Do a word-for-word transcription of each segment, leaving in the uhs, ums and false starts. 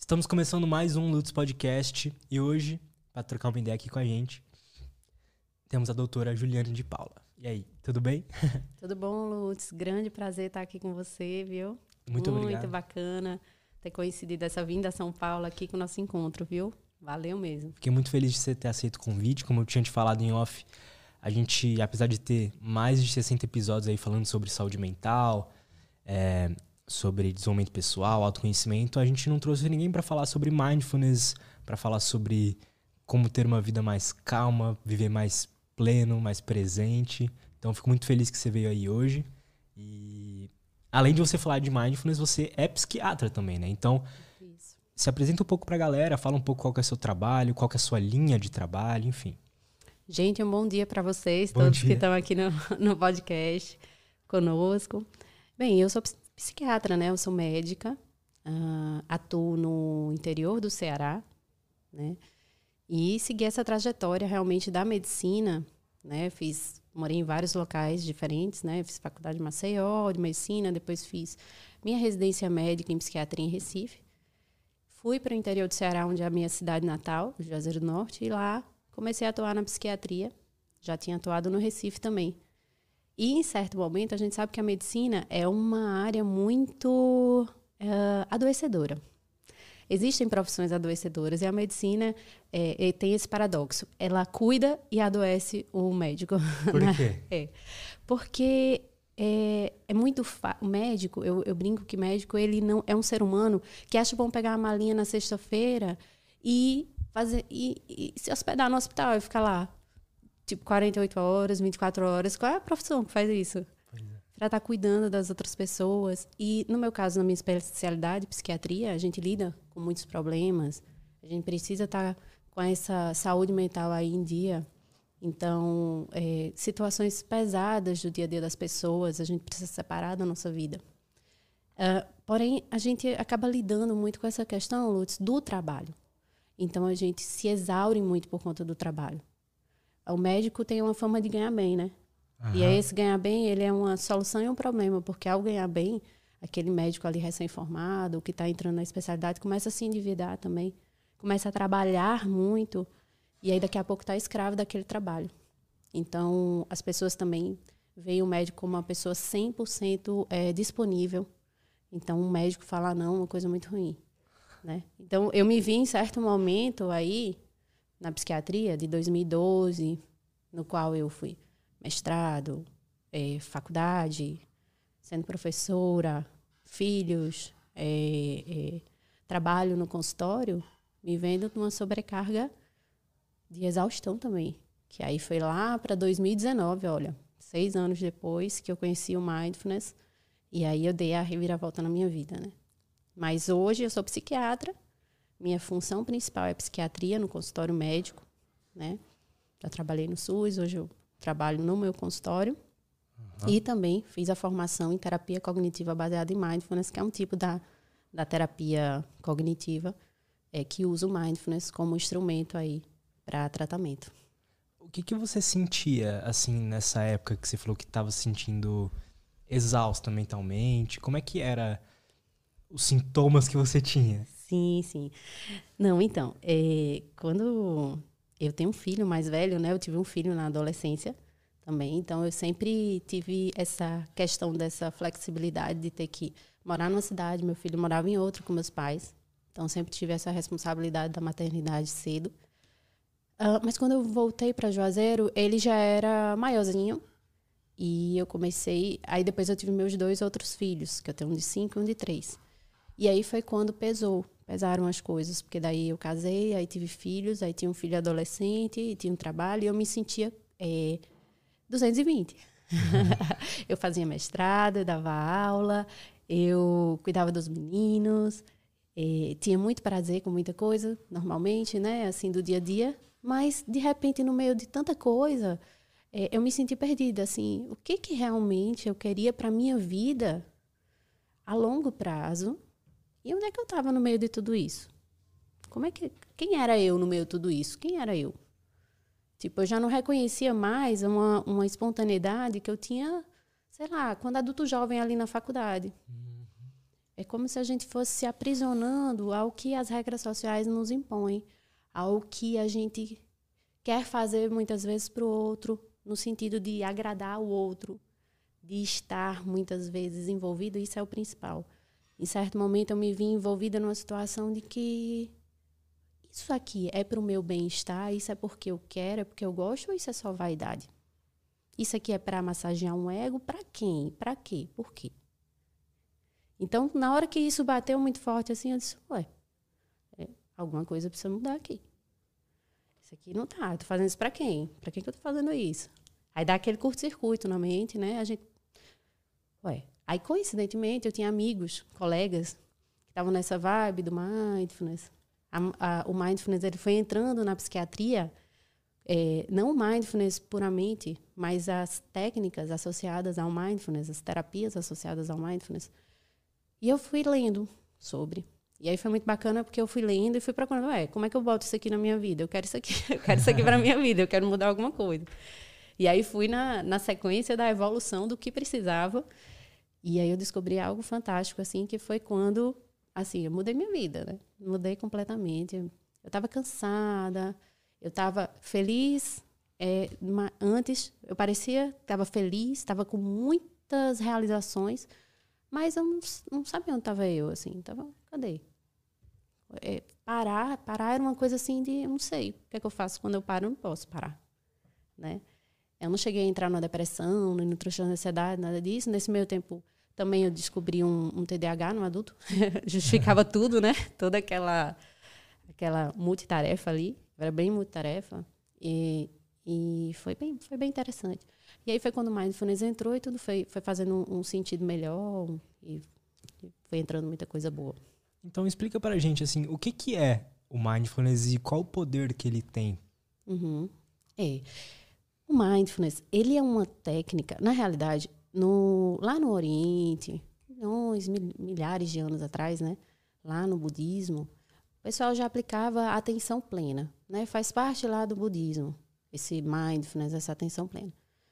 Estamos começando mais um Lutz Podcast e hoje, para trocar uma ideia aqui com a gente, temos a doutora Juliane de Paula. E aí, tudo bem? Tudo bom, Lutz? Grande prazer estar aqui com você, viu? Muito obrigado. Muito bacana ter coincidido essa vinda a São Paulo aqui com o nosso encontro, viu? Valeu mesmo. Fiquei muito feliz de você ter aceito o convite. Como eu tinha te falado em off, a gente, apesar de ter mais de sessenta episódios aí falando sobre saúde mental, é, sobre desenvolvimento pessoal, autoconhecimento, a gente não trouxe ninguém para falar sobre mindfulness, para falar sobre como ter uma vida mais calma, viver mais pleno, mais presente. Então, eu fico muito feliz que você veio aí hoje. E além de você falar de mindfulness, você é psiquiatra também, né? Então, Isso. se apresenta um pouco pra galera, fala um pouco qual que é o seu trabalho, qual que é a sua linha de trabalho, enfim. Gente, um bom dia para vocês, Bom todos dia. que estão aqui no, no podcast conosco. Bem, eu sou psiquiatra, né? Eu sou médica, uh, atuo no interior do Ceará, né? E segui essa trajetória realmente da medicina, né? Fiz, morei em vários locais diferentes, né? Fiz faculdade de Maceió, de medicina, depois fiz minha residência médica em psiquiatria em Recife. Fui para o interior do Ceará, onde é a minha cidade natal, Juazeiro do Norte, e lá comecei a atuar na psiquiatria. Já tinha atuado no Recife também. E, em certo momento, a gente sabe que a medicina é uma área muito uh, adoecedora. Existem profissões adoecedoras e a medicina é, é, tem esse paradoxo. Ela cuida e adoece o médico. Por quê? É. Porque é, é muito... Fa- o médico, eu, eu brinco que médico ele não é um ser humano que acha bom pegar a malinha na sexta-feira e, fazer, e, e se hospedar no hospital e ficar lá, tipo, quarenta e oito horas, vinte e quatro horas. Qual é a profissão que faz isso? Para estar cuidando das outras pessoas. E, no meu caso, na minha especialidade, psiquiatria, a gente lida com muitos problemas. A gente precisa estar com essa saúde mental aí em dia. Então, é, situações pesadas do dia a dia das pessoas, a gente precisa separar da nossa vida. Uh, porém, a gente acaba lidando muito com essa questão, Lutz, do trabalho. Então, a gente se exaure muito por conta do trabalho. O médico tem uma fama de ganhar bem, né? Aham. E aí esse ganhar bem, ele é uma solução e um problema, porque ao ganhar bem, aquele médico ali recém-formado, que está entrando na especialidade, começa a se endividar também, começa a trabalhar muito, e aí daqui a pouco está escravo daquele trabalho. Então, as pessoas também veem o médico como uma pessoa cem por cento é, disponível. Então, um médico falar não é uma coisa muito ruim, né? Então, eu me vi em certo momento aí, na psiquiatria, de dois mil e doze, no qual eu fui mestrado, é, faculdade, sendo professora, filhos, é, é, trabalho no consultório, me vendo numa sobrecarga de exaustão também. Que aí foi lá para dois mil e dezenove, olha, seis anos depois que eu conheci o Mindfulness, e aí eu dei a reviravolta na minha vida, né? Mas hoje eu sou psiquiatra, minha função principal é psiquiatria no consultório médico, né? Já trabalhei no SUS, hoje eu trabalho no meu consultório. Uhum. E também fiz a formação em terapia cognitiva baseada em mindfulness, que é um tipo da, da terapia cognitiva é, que usa o mindfulness como instrumento aí para tratamento. O que, que você sentia, assim, nessa época que você falou que estava se sentindo exausta mentalmente? Como é que era os sintomas que você tinha? Sim, sim. Não, então, é, quando eu tenho um filho mais velho, né? Eu tive um filho na adolescência também, então eu sempre tive essa questão dessa flexibilidade de ter que morar numa cidade, meu filho morava em outra com meus pais, então sempre tive essa responsabilidade da maternidade cedo. Uh, mas quando eu voltei para Juazeiro, ele já era maiorzinho e eu comecei... Aí depois eu tive meus dois outros filhos, que eu tenho um de cinco e um de três. E aí foi quando pesou, pesaram as coisas, porque daí eu casei, aí tive filhos, aí tinha um filho adolescente, e tinha um trabalho, e eu me sentia é, duzentos e vinte. Uhum. Eu fazia mestrado, eu dava aula, eu cuidava dos meninos, é, tinha muito prazer com muita coisa, normalmente, né, assim, do dia a dia, mas, de repente, no meio de tanta coisa, é, eu me senti perdida, assim, o que que realmente eu queria para a minha vida a longo prazo. E onde é que eu estava no meio de tudo isso? Como é que, quem era eu no meio de tudo isso? Quem era eu? Tipo, eu já não reconhecia mais uma, uma espontaneidade que eu tinha, sei lá, quando adulto jovem ali na faculdade. Uhum. É como se a gente fosse se aprisionando ao que as regras sociais nos impõem, ao que a gente quer fazer muitas vezes para o outro, no sentido de agradar o outro, de estar muitas vezes envolvido. Isso é o principal. Em certo momento eu me vi envolvida numa situação de que isso aqui é para o meu bem-estar, isso é porque eu quero, é porque eu gosto, ou isso é só vaidade? Isso aqui é para massagear um ego? Para quem? Para quê? Por quê? Então, na hora que isso bateu muito forte, assim, eu disse, ué, é, alguma coisa precisa mudar aqui. Isso aqui não tá. Eu tô fazendo isso para quem? Para quem que eu tô fazendo isso? Aí dá aquele curto-circuito na mente, né? A gente, ué. Aí, coincidentemente, eu tinha amigos, colegas, que estavam nessa vibe do mindfulness. A, a, o mindfulness ele foi entrando na psiquiatria, é, não o mindfulness puramente, mas as técnicas associadas ao mindfulness, as terapias associadas ao mindfulness. E eu fui lendo sobre. E aí foi muito bacana porque eu fui lendo e fui procurando, ué, como é que eu boto isso aqui na minha vida? Eu quero isso aqui, eu quero isso aqui para a minha vida, eu quero mudar alguma coisa. E aí fui na, na sequência da evolução do que precisava. E aí eu descobri algo fantástico, assim, que foi quando, assim, eu mudei minha vida, né? Mudei completamente. Eu estava cansada, eu estava feliz. É, uma, antes, eu parecia que estava feliz, estava com muitas realizações, mas eu não, não sabia onde estava eu, assim. Tava, cadê? É, parar, parar era uma coisa assim de, eu não sei, o que é que eu faço quando eu paro? Eu não posso parar, né? Eu não cheguei a entrar numa depressão, nem no transtorno de ansiedade, nada disso. Nesse meio tempo, também eu descobri um, um T D A H no adulto. Justificava tudo, né? Toda aquela, aquela multitarefa ali. Era bem multitarefa. E, e foi, bem, foi bem interessante. E aí foi quando o Mindfulness entrou e tudo foi, foi fazendo um, um sentido melhor. E, e foi entrando muita coisa boa. Então, explica pra gente, assim, o que, que é o Mindfulness e qual o poder que ele tem? Uhum. É... O mindfulness, ele é uma técnica, na realidade, no, lá no Oriente, milhões, milhares de anos atrás, né? Lá no budismo, o pessoal já aplicava a atenção plena, né? Faz parte lá do budismo, esse mindfulness, essa atenção plena.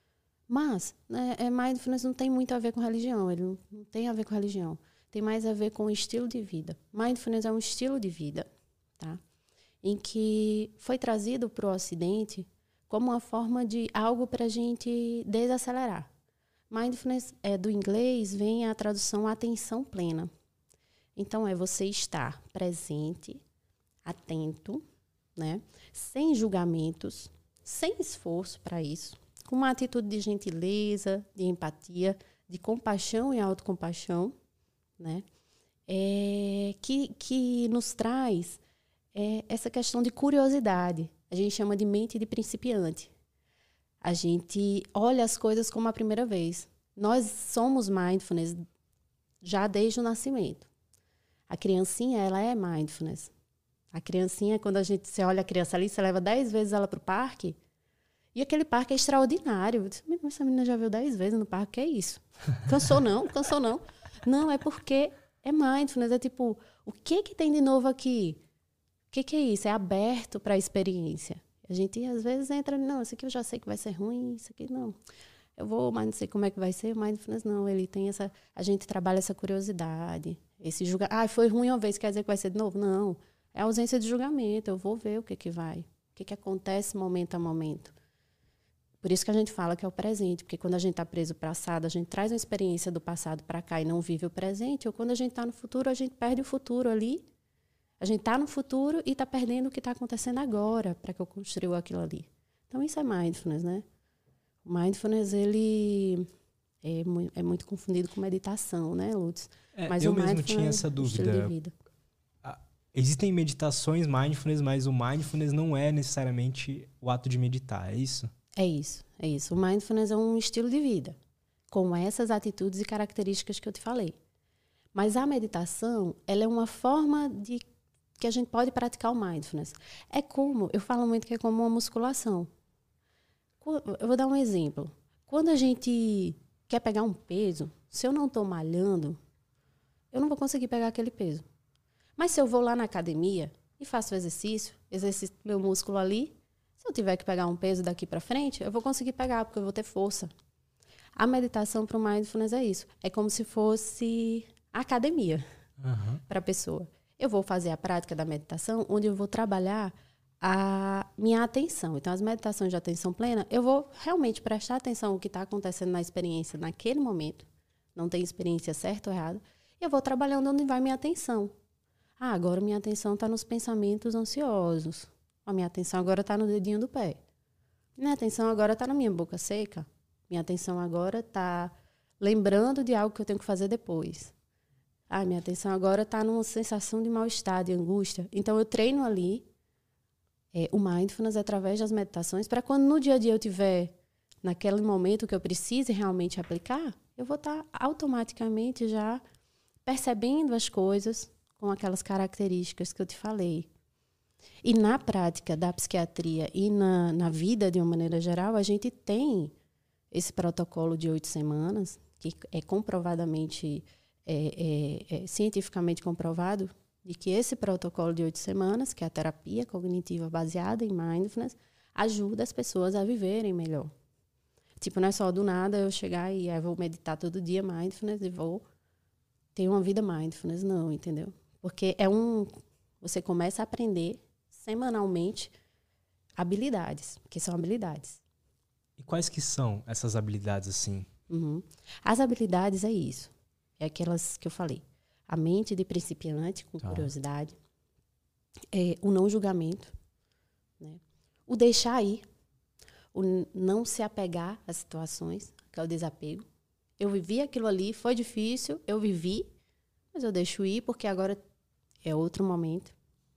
Mas, né, é, mindfulness não tem muito a ver com religião, ele não, não tem a ver com religião. Tem mais a ver com o estilo de vida. Mindfulness é um estilo de vida, tá? Em que foi trazido para o Ocidente como uma forma de algo para a gente desacelerar. Mindfulness, é, do inglês, vem a tradução atenção plena. Então, é você estar presente, atento, né? Sem julgamentos, sem esforço para isso, com uma atitude de gentileza, de empatia, de compaixão e autocompaixão, né? É, que, que nos traz é, essa questão de curiosidade. A gente chama de mente de principiante. A gente olha as coisas como a primeira vez. Nós somos mindfulness já desde o nascimento. A criancinha, ela é mindfulness. A criancinha, quando a gente você olha a criança ali, você leva dez vezes ela para o parque, e aquele parque é extraordinário. Eu disse, essa menina já veio dez vezes no parque, que é isso? Cansou não? Cansou não? Não, é porque é mindfulness. É tipo, o que que tem de novo aqui? O que, que é isso? É aberto para a experiência. A gente, às vezes, entra... Não, isso aqui eu já sei que vai ser ruim, isso aqui não. Eu vou, mas não sei como é que vai ser. O mindfulness, não. Ele tem essa... A gente trabalha essa curiosidade. Esse julga... Ah, foi ruim uma vez, quer dizer que vai ser de novo? Não. É a ausência de julgamento. Eu vou ver o que que vai. O que que acontece momento a momento. Por isso que a gente fala que é o presente. Porque quando a gente está preso para o passado, a gente traz uma experiência do passado para cá e não vive o presente. Ou quando a gente está no futuro, a gente perde o futuro ali. A gente está no futuro e está perdendo o que está acontecendo agora para que eu construa aquilo ali. Então, isso é mindfulness, né? O mindfulness, ele é muito, é muito confundido com meditação, né, Lutz? É, mas eu o mesmo tinha essa é um dúvida. estilo de vida. Ah, existem meditações mindfulness, mas o mindfulness não é necessariamente o ato de meditar, é isso? É isso, é isso. O mindfulness é um estilo de vida, com essas atitudes e características que eu te falei. Mas a meditação, ela é uma forma de que a gente pode praticar o mindfulness. É como, eu falo muito que é como uma musculação. Eu vou dar um exemplo. Quando a gente quer pegar um peso, se eu não estou malhando, eu não vou conseguir pegar aquele peso. Mas se eu vou lá na academia e faço exercício, exercito meu músculo ali, se eu tiver que pegar um peso daqui para frente, eu vou conseguir pegar, porque eu vou ter força. A meditação para o mindfulness é isso. É como se fosse academia Uhum. para a pessoa. Eu vou fazer a prática da meditação, onde eu vou trabalhar a minha atenção. Então, as meditações de atenção plena, eu vou realmente prestar atenção no que está acontecendo na experiência naquele momento. Não tem experiência certa ou errada. E eu vou trabalhando onde vai minha atenção. Ah, agora minha atenção está nos pensamentos ansiosos. A minha atenção agora está no dedinho do pé. Minha atenção agora está na minha boca seca. Minha atenção agora está lembrando de algo que eu tenho que fazer depois. Ah, minha atenção agora está numa sensação de mal-estar, de angústia. Então, eu treino ali é, o mindfulness através das meditações para quando no dia a dia eu tiver naquele momento que eu precise realmente aplicar, eu vou estar automaticamente já percebendo as coisas com aquelas características que eu te falei. E na prática da psiquiatria e na, na vida de uma maneira geral, a gente tem esse protocolo de oito semanas, que é comprovadamente, é, é, é cientificamente comprovado, de que esse protocolo de oito semanas, que é a terapia cognitiva baseada em mindfulness, ajuda as pessoas a viverem melhor. Tipo, não é só do nada eu chegar e ah, vou meditar todo dia mindfulness e vou ter uma vida mindfulness, não, entendeu? Porque é um... Você começa a aprender semanalmente habilidades, que são habilidades. E quais que são essas habilidades, assim? Uhum. As habilidades é isso. É aquelas que eu falei. A mente de principiante, com tá. curiosidade. É, o não julgamento. Né? O deixar ir. O não se apegar às situações, que é o desapego. Eu vivi aquilo ali, foi difícil, eu vivi, mas eu deixo ir porque agora é outro momento.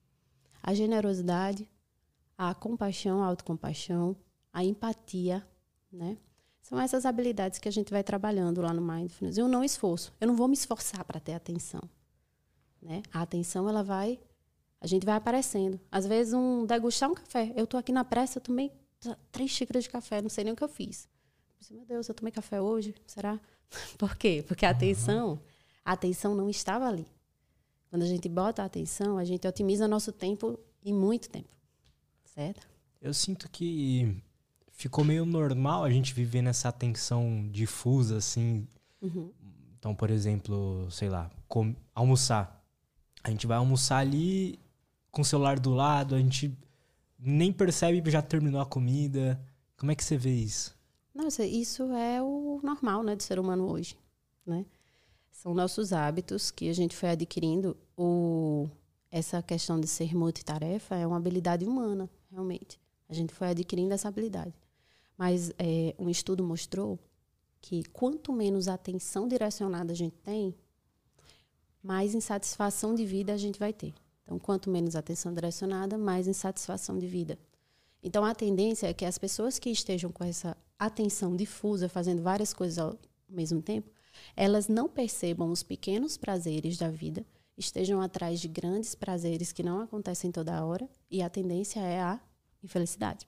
A generosidade, a compaixão, a autocompaixão, a empatia, né? São essas habilidades que a gente vai trabalhando lá no Mindfulness. E o não esforço. Eu não vou me esforçar para ter atenção. Né? A atenção, ela vai... A gente vai aparecendo. Às vezes, um degustar um café. Eu estou aqui na pressa, eu tomei três xícaras de café, não sei nem o que eu fiz. Eu pensei, meu Deus, eu tomei café hoje? Será? Por quê? Porque a atenção, a atenção não estava ali. Quando a gente bota a atenção, a gente otimiza nosso tempo em muito tempo. Certo? Eu sinto que ficou meio normal a gente viver nessa atenção difusa, assim. Uhum. Então, por exemplo, sei lá, com, almoçar. A gente vai almoçar ali com o celular do lado, a gente nem percebe que já terminou a comida. Como é que você vê isso? Nossa, isso é o normal, né, do ser humano hoje, né? São nossos hábitos que a gente foi adquirindo. O, essa questão de ser multitarefa é uma habilidade humana, realmente. A gente foi adquirindo essa habilidade. Mas é, um estudo mostrou que quanto menos atenção direcionada a gente tem, mais insatisfação de vida a gente vai ter. Então, quanto menos atenção direcionada, mais insatisfação de vida. Então, a tendência é que as pessoas que estejam com essa atenção difusa, fazendo várias coisas ao mesmo tempo, elas não percebam os pequenos prazeres da vida, estejam atrás de grandes prazeres que não acontecem toda hora, e a tendência é a infelicidade.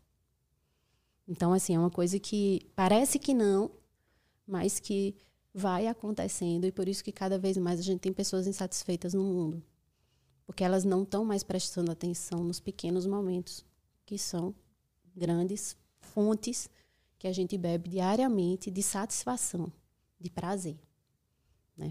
Então, assim, é uma coisa que parece que não, mas que vai acontecendo, e por isso que cada vez mais a gente tem pessoas insatisfeitas no mundo. Porque elas não estão mais prestando atenção nos pequenos momentos, que são grandes fontes que a gente bebe diariamente de satisfação, de prazer. Né?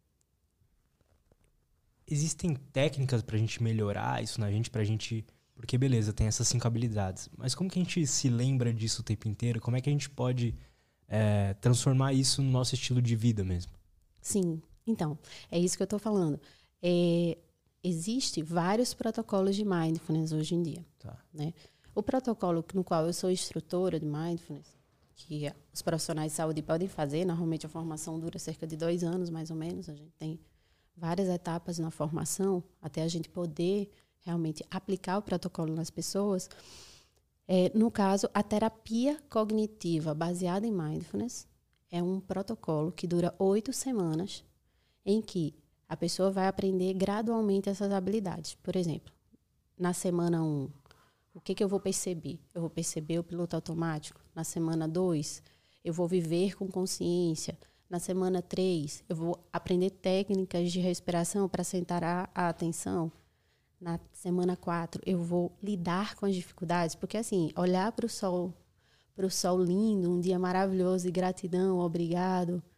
Existem técnicas para a gente melhorar isso na gente, para a gente... Porque, beleza, tem essas cinco habilidades. Mas como que a gente se lembra disso o tempo inteiro? Como é que a gente pode é, transformar isso no nosso estilo de vida mesmo? Sim. Então, é isso que eu estou falando. É, Existem vários protocolos de mindfulness hoje em dia. Tá. Né? O protocolo no qual eu sou instrutora de mindfulness, que os profissionais de saúde podem fazer, normalmente a formação dura cerca de dois anos, mais ou menos. A gente tem várias etapas na formação, até a gente poder realmente aplicar o protocolo nas pessoas. É, no caso, a terapia cognitiva baseada em mindfulness é um protocolo que dura oito semanas, em que a pessoa vai aprender gradualmente essas habilidades. Por exemplo, na semana um, o que, que eu vou perceber? Eu vou perceber o piloto automático. Na semana dois, eu vou viver com consciência. Na semana três, eu vou aprender técnicas de respiração para centrar a, a atenção. Na semana quatro, eu vou lidar com as dificuldades. Porque, assim, olhar para o sol, para o sol lindo, um dia maravilhoso e gratidão, obrigado,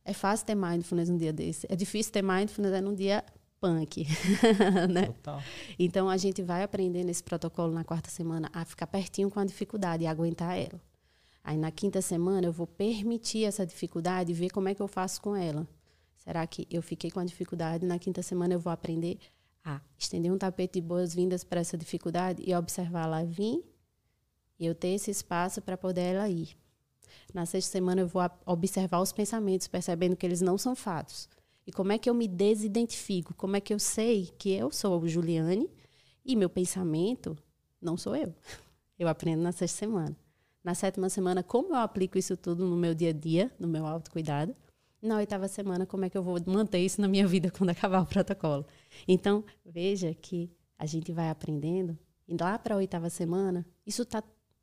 É fácil ter mindfulness num dia desse. É difícil ter mindfulness é num dia punk. Né? Total. Então, a gente vai aprender nesse protocolo na quarta semana a ficar pertinho com a dificuldade e aguentar ela. Aí, na quinta semana, eu vou permitir essa dificuldade e ver como é que eu faço com ela. Será que eu fiquei com a dificuldade? Na quinta semana, eu vou aprender a estender um tapete de boas-vindas para essa dificuldade e observar ela vir e eu ter esse espaço para poder ela ir. Na sexta semana, eu vou observar os pensamentos, percebendo que eles não são fatos. E como é que eu me desidentifico? Como é que eu sei que eu sou a Juliane e meu pensamento não sou eu? Eu aprendo na sexta semana. Na sétima semana, como eu aplico isso tudo no meu dia a dia, no meu autocuidado. Na oitava semana, como é que eu vou manter isso na minha vida quando acabar o protocolo? Então, veja que a gente vai aprendendo. E lá para a oitava semana, isso está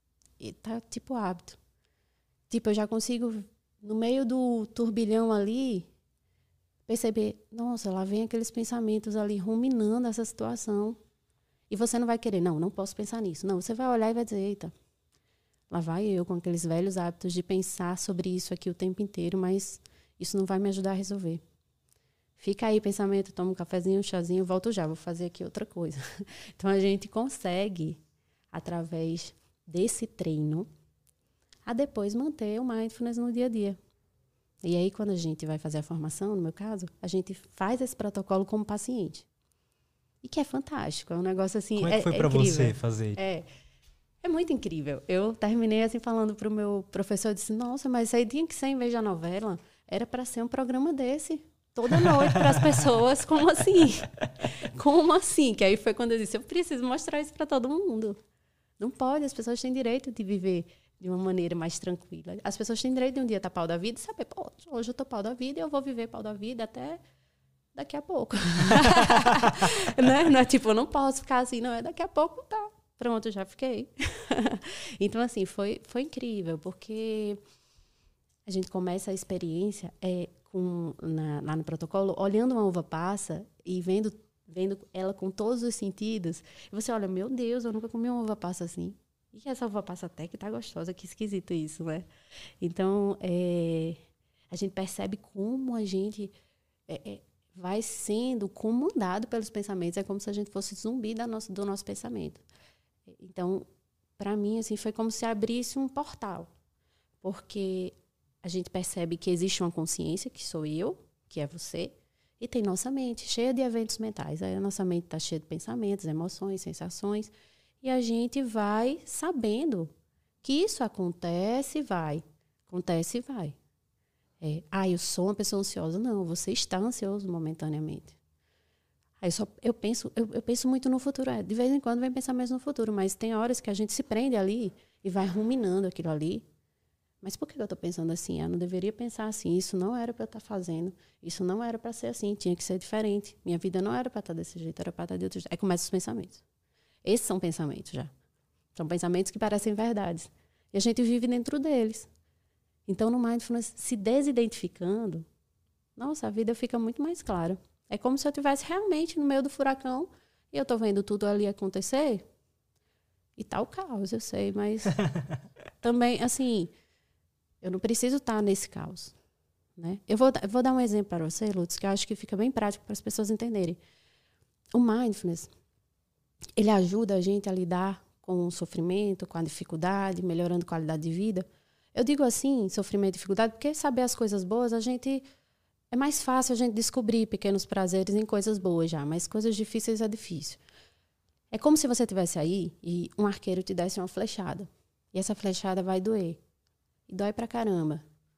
tá tipo hábito. Tipo, eu já consigo, no meio do turbilhão ali, perceber, nossa, lá vem aqueles pensamentos ali ruminando essa situação. E você não vai querer, não, não posso pensar nisso. Não, você vai olhar e vai dizer, eita, lá vai eu com aqueles velhos hábitos de pensar sobre isso aqui o tempo inteiro, mas isso não vai me ajudar a resolver. Fica aí, pensamento, toma um cafezinho, um chazinho, volto já, vou fazer aqui outra coisa. Então, a gente consegue, através desse treino, a depois manter o mindfulness no dia a dia. E aí, quando a gente vai fazer a formação, no meu caso, a gente faz esse protocolo como paciente. E que é fantástico, é um negócio assim... Como é que foi é, é para incrível. você fazer? É, é muito incrível. Eu terminei assim falando para o meu professor, eu disse, nossa, mas isso aí tinha que ser, em vez da novela, era para ser um programa desse, toda noite para as pessoas, como assim? Como assim? Que aí foi quando eu disse, eu preciso mostrar isso para todo mundo. Não pode, as pessoas têm direito de viver de uma maneira mais tranquila. As pessoas têm direito de um dia estar pau da vida e saber, pô, hoje eu estou pau da vida e eu vou viver pau da vida até daqui a pouco. Né? Não é tipo, eu não posso ficar assim, não, é daqui a pouco, tá. Pronto, já fiquei. Então, assim, foi, foi incrível, porque a gente começa a experiência é, com, na, lá no protocolo, olhando uma uva passa e vendo, vendo ela com todos os sentidos. E você olha, meu Deus, eu nunca comi uma uva passa assim. E essa uva passa até que tá gostosa, que esquisito isso, né? Então, é, a gente percebe como a gente é, é, vai sendo comandado pelos pensamentos. É como se a gente fosse zumbi da nossa, do nosso pensamento. Então, para mim, assim, foi como se abrisse um portal. Porque a gente percebe que existe uma consciência, que sou eu, que é você, e tem nossa mente, cheia de eventos mentais. Aí a nossa mente está cheia de pensamentos, emoções, sensações. E a gente vai sabendo que isso acontece e vai. Acontece e vai. É, ah, eu sou uma pessoa ansiosa. Não, você está ansioso momentaneamente. Aí só, eu, penso, eu, eu penso muito no futuro. É, de vez em quando vem pensar mais no futuro, mas tem horas que a gente se prende ali e vai ruminando aquilo ali. Mas por que eu estou pensando assim? Eu não deveria pensar assim. Isso não era para eu estar fazendo. Isso não era para ser assim. Tinha que ser diferente. Minha vida não era para estar desse jeito, era para estar de outro jeito. Aí começam os pensamentos. Esses são pensamentos já. São pensamentos que parecem verdades. E a gente vive dentro deles. Então, no mindfulness, se desidentificando, nossa, a vida fica muito mais clara. É como se eu estivesse realmente no meio do furacão e eu estou vendo tudo ali acontecer. E tá o caos, eu sei, mas também, assim, eu não preciso estar nesse caos. Né? Eu, vou, eu vou dar um exemplo para você, Lutz, que eu acho que fica bem prático para as pessoas entenderem. O mindfulness, ele ajuda a gente a lidar com o sofrimento, com a dificuldade, melhorando a qualidade de vida. Eu digo assim, sofrimento e dificuldade, porque saber as coisas boas, a gente... É mais fácil a gente descobrir pequenos prazeres em coisas boas já, mas coisas difíceis é difícil. É como se você estivesse aí e um arqueiro te desse uma flechada. E essa flechada vai doer. E dói pra caramba.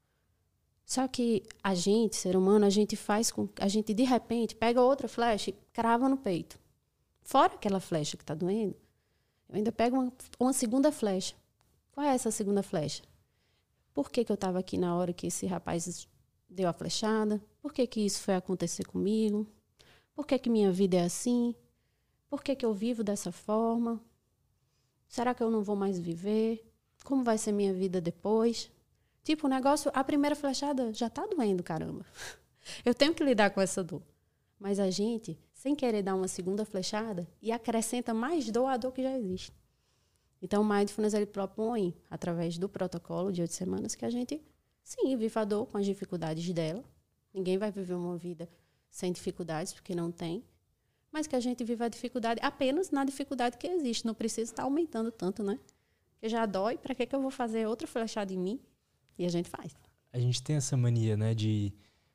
Só que a gente, ser humano, a gente faz com... A gente, de repente, pega outra flecha e crava no peito. Fora aquela flecha que está doendo, eu ainda pego uma, uma segunda flecha. Qual é essa segunda flecha? Por que que eu estava aqui na hora que esse rapaz deu a flechada? Por que que isso foi acontecer comigo? Por que que minha vida é assim? Por que que eu vivo dessa forma? Será que eu não vou mais viver? Como vai ser minha vida depois? Tipo, o negócio, a primeira flechada já está doendo, caramba. Eu tenho que lidar com essa dor. Mas a gente, sem querer dar uma segunda flechada, e acrescenta mais dor à dor que já existe. Então, o Mindfulness, ele propõe, através do protocolo de oito semanas, que a gente, sim, viva a dor com as dificuldades dela, Ninguém vai viver uma vida sem dificuldades, porque não tem. Mas que a gente viva a dificuldade apenas na dificuldade que existe. Não precisa estar aumentando tanto, né? Porque já dói, para que, que eu vou fazer outra flechada em mim? E a gente faz. A gente tem essa mania, né, de...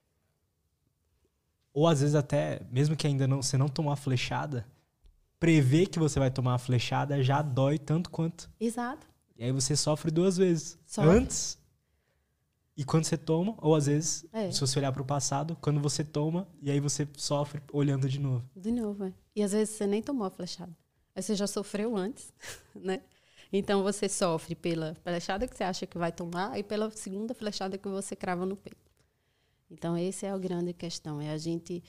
Ou às vezes até, mesmo que ainda não, você não tomou a flechada, prever que você vai tomar a flechada já dói tanto quanto. Exato. E aí você sofre duas vezes. Sofre. Antes e quando você toma, ou às vezes, É. se você olhar para o passado, quando você toma, e aí você sofre olhando de novo. De novo, é. E às vezes você nem tomou a flechada. Aí você já sofreu antes, né? Então você sofre pela flechada que você acha que vai tomar e pela segunda flechada que você crava no peito. Então essa é a grande questão, é a gente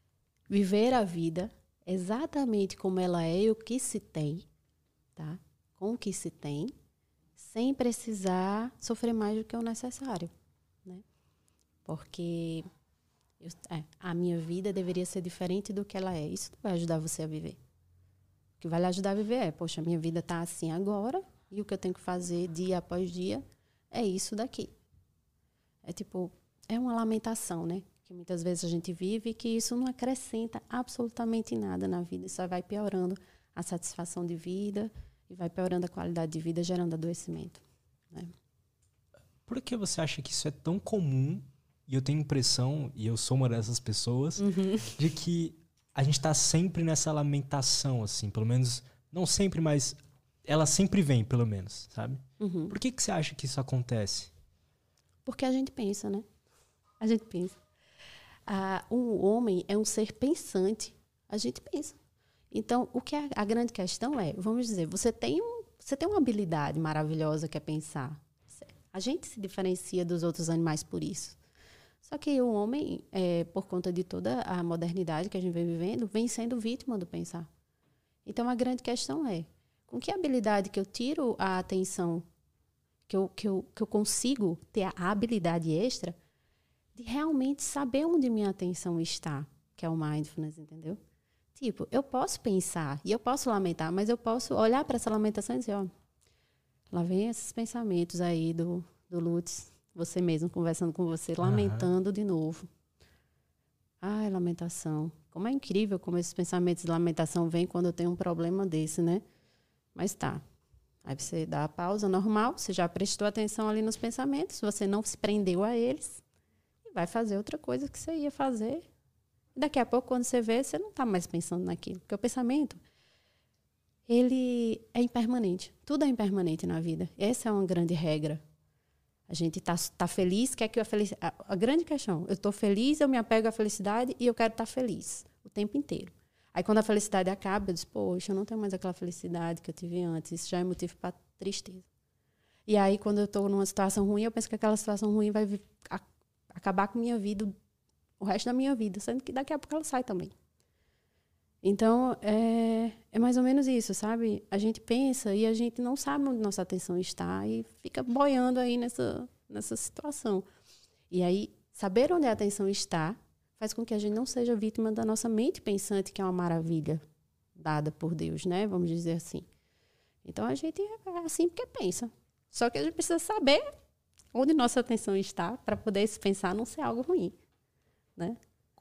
viver a vida exatamente como ela é e o que se tem, tá? Com o que se tem, sem precisar sofrer mais do que o necessário, né? Porque eu, é, a minha vida deveria ser diferente do que ela é. Isso não vai ajudar você a viver. O que vai lhe ajudar a viver é, poxa, minha vida está assim agora e o que eu tenho que fazer dia após dia é isso daqui. É tipo, é uma lamentação, né? Que muitas vezes a gente vive e que isso não acrescenta absolutamente nada na vida. Isso só vai piorando a satisfação de vida e vai piorando a qualidade de vida, gerando adoecimento, né? Por que você acha que isso é tão comum? E eu tenho a impressão, e eu sou uma dessas pessoas, Uhum. de que a gente tá sempre nessa lamentação, assim. Pelo menos, não sempre, mas ela sempre vem, pelo menos, sabe? Uhum. Por que, que você acha que isso acontece? Porque a gente pensa, né? A gente pensa. Ah, o homem é um ser pensante. A gente pensa. Então, o que é a grande questão é, vamos dizer, você tem, um, você tem uma habilidade maravilhosa que é pensar. A gente se diferencia dos outros animais por isso. Só que o homem, é, por conta de toda a modernidade que a gente vem vivendo, vem sendo vítima do pensar. Então, a grande questão é, com que habilidade que eu tiro a atenção, que eu, que eu, que eu consigo ter a habilidade extra de realmente saber onde minha atenção está, que é o mindfulness, entendeu? Tipo, eu posso pensar e eu posso lamentar, mas eu posso olhar para essa lamentação e dizer, ó, lá vem esses pensamentos aí do, do Lutz, você mesmo conversando com você, lamentando uhum. de novo. Ai, lamentação. Como é incrível como esses pensamentos de lamentação vêm quando eu tenho um problema desse, né? Mas tá. Aí você dá a pausa normal, você já prestou atenção ali nos pensamentos, você não se prendeu a eles e vai fazer outra coisa que você ia fazer. E daqui a pouco, quando você vê, você não está mais pensando naquilo. Porque o pensamento, ele é impermanente. Tudo é impermanente na vida. Essa é uma grande regra. A gente está tá feliz, quer que a felicidade... A, a grande questão, eu estou feliz, eu me apego à felicidade e eu quero estar feliz o tempo inteiro. Aí, quando a felicidade acaba, eu digo, poxa, eu não tenho mais aquela felicidade que eu tive antes. Isso já é motivo para tristeza. E aí, quando eu estou numa situação ruim, eu penso que aquela situação ruim vai vi- a, acabar com a minha vida, o resto da minha vida, sendo que daqui a pouco ela sai também. Então, é, é mais ou menos isso, sabe? A gente pensa e a gente não sabe onde nossa atenção está e fica boiando aí nessa, nessa situação. E aí, saber onde a atenção está faz com que a gente não seja vítima da nossa mente pensante, que é uma maravilha dada por Deus, né? Vamos dizer assim. Então, a gente é assim porque pensa. Só que a gente precisa saber onde nossa atenção está para poder esse pensar não ser algo ruim, né?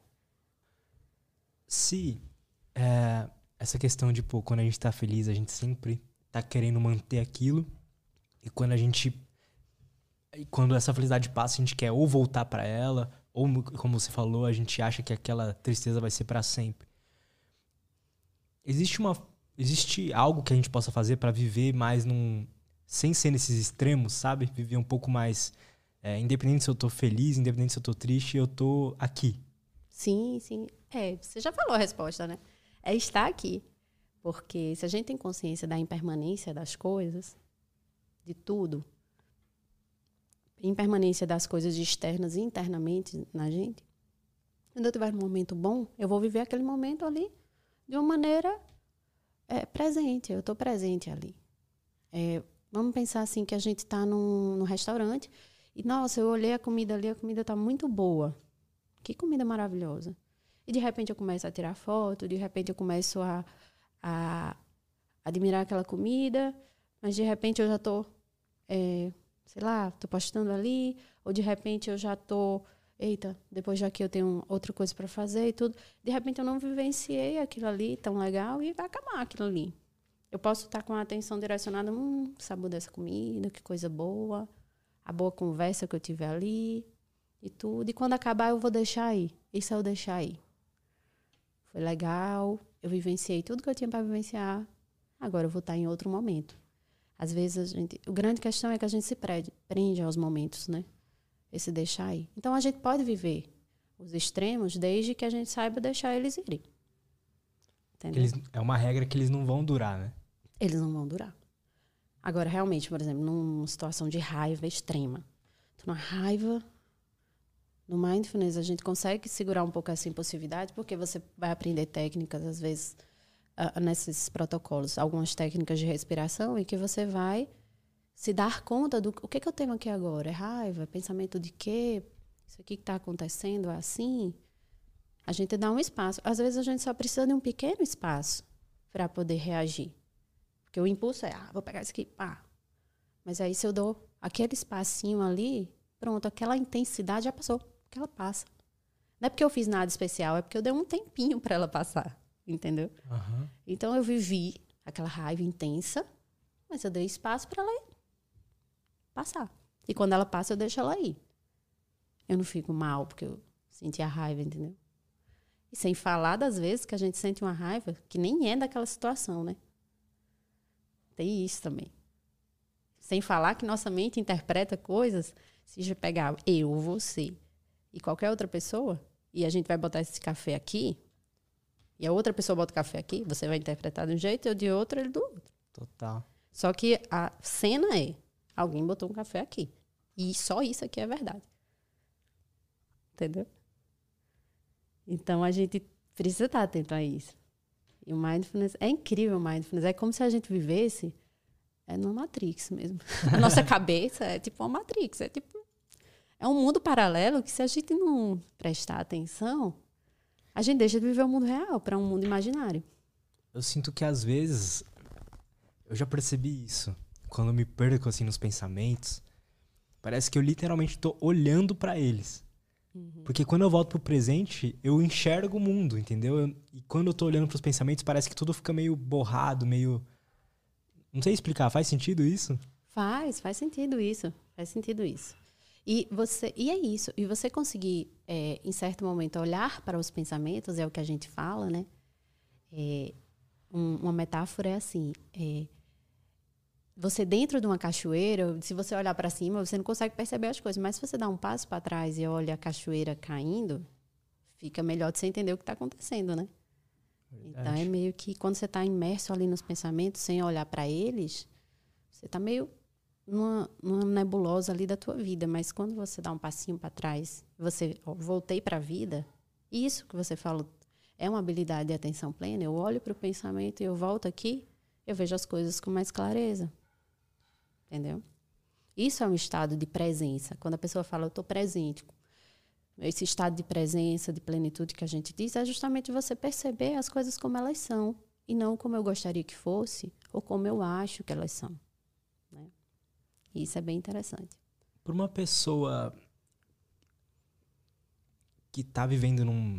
Se é, essa questão de, pô, quando a gente tá feliz, a gente sempre tá querendo manter aquilo. E quando a gente... E quando essa felicidade passa, a gente quer ou voltar pra ela, ou, como você falou, a gente acha que aquela tristeza vai ser pra sempre. Existe uma... Existe algo que a gente possa fazer pra viver mais num... Sem ser nesses extremos, sabe? Viver um pouco mais... É, independente se eu tô feliz, independente se eu tô triste, eu tô aqui. Sim, sim. É, você já falou a resposta, né? É estar aqui. Porque se a gente tem consciência da impermanência das coisas, de tudo, impermanência das coisas externas e internamente na gente, quando eu tiver um momento bom, eu vou viver aquele momento ali de uma maneira é, presente. Eu estou presente ali. É, vamos pensar assim que a gente está num, num restaurante e, nossa, eu olhei a comida ali, a comida está muito boa. Que comida maravilhosa. E de repente eu começo a tirar foto, de repente eu começo a, a admirar aquela comida, mas de repente eu já estou, é, sei lá, estou postando ali, ou de repente eu já estou eita, depois já que eu tenho outra coisa para fazer e tudo, de repente eu não vivenciei aquilo ali tão legal e vai acabar aquilo ali. Eu posso estar com a atenção direcionada, hum, sabor dessa comida, que coisa boa, a boa conversa que eu tive ali e tudo. E quando acabar eu vou deixar aí. Isso é eu deixar aí. Foi legal, eu vivenciei tudo que eu tinha para vivenciar, agora eu vou estar em outro momento. Às vezes, a gente, a grande questão é que a gente se prende, prende aos momentos, né? Esse deixar aí. Então, a gente pode viver os extremos desde que a gente saiba deixar eles irem. Entendeu? Eles, é uma regra que eles não vão durar, né? Eles não vão durar. Agora, realmente, por exemplo, numa situação de raiva extrema. Tô numa raiva... No Mindfulness, a gente consegue segurar um pouco essa impulsividade, porque você vai aprender técnicas, às vezes, uh, nesses protocolos, algumas técnicas de respiração, em que você vai se dar conta do o que, que eu tenho aqui agora. É raiva? É pensamento de quê? Isso aqui que está acontecendo é assim? A gente dá um espaço. Às vezes, a gente só precisa de um pequeno espaço para poder reagir. Porque o impulso é, ah, vou pegar isso aqui, pá. Mas aí, se eu dou aquele espacinho ali, pronto, aquela intensidade já passou. Que ela passa. Não é porque eu fiz nada especial, é porque eu dei um tempinho para ela passar, entendeu? Uhum. Então eu vivi aquela raiva intensa, mas eu dei espaço para ela passar. E quando ela passa, eu deixo ela ir. Eu não fico mal porque eu senti a raiva, entendeu? E sem falar das vezes que a gente sente uma raiva que nem é daquela situação, né? Tem isso também. Sem falar que nossa mente interpreta coisas, se a gente pegar eu, você e qualquer outra pessoa, e a gente vai botar esse café aqui, e a outra pessoa bota o café aqui, você vai interpretar de um jeito, eu de outro, ele do outro. Total. Só que a cena é, alguém botou um café aqui. E só isso aqui é verdade. Entendeu? Então, a gente precisa estar atento a isso. E o Mindfulness, é incrível o Mindfulness. É como se a gente vivesse é numa Matrix mesmo. A nossa cabeça é tipo uma Matrix, é tipo É um mundo paralelo que, se a gente não prestar atenção, a gente deixa de viver o mundo real para um mundo imaginário. Eu sinto que, às vezes, eu já percebi isso. Quando eu me perco, assim, nos pensamentos, parece que eu literalmente tô olhando para eles. Uhum. Porque quando eu volto pro presente, eu enxergo o mundo, entendeu? Eu, e quando eu tô olhando pros pensamentos, parece que tudo fica meio borrado, meio... Não sei explicar, faz sentido isso? Faz, faz sentido isso. Faz sentido isso. E, você, e é isso. E você conseguir, é, em certo momento, olhar para os pensamentos, é o que a gente fala, né? É, um, uma metáfora é assim. É, você dentro de uma cachoeira, se você olhar para cima, você não consegue perceber as coisas. Mas se você dá um passo para trás e olha a cachoeira caindo, fica melhor de você entender o que está acontecendo, né? Verdade. Então, é meio que quando você está imerso ali nos pensamentos, sem olhar para eles, você está meio... Numa, numa nebulosa ali da tua vida, mas quando você dá um passinho para trás, você, ó, voltei para a vida, isso que você falou é uma habilidade de atenção plena. Eu olho para o pensamento e eu volto aqui, eu vejo as coisas com mais clareza. Entendeu? Isso é um estado de presença. Quando a pessoa fala, eu estou presente, esse estado de presença, de plenitude que a gente diz, é justamente você perceber as coisas como elas são e não como eu gostaria que fosse ou como eu acho que elas são. Né? Isso é bem interessante. Para uma pessoa que está vivendo num...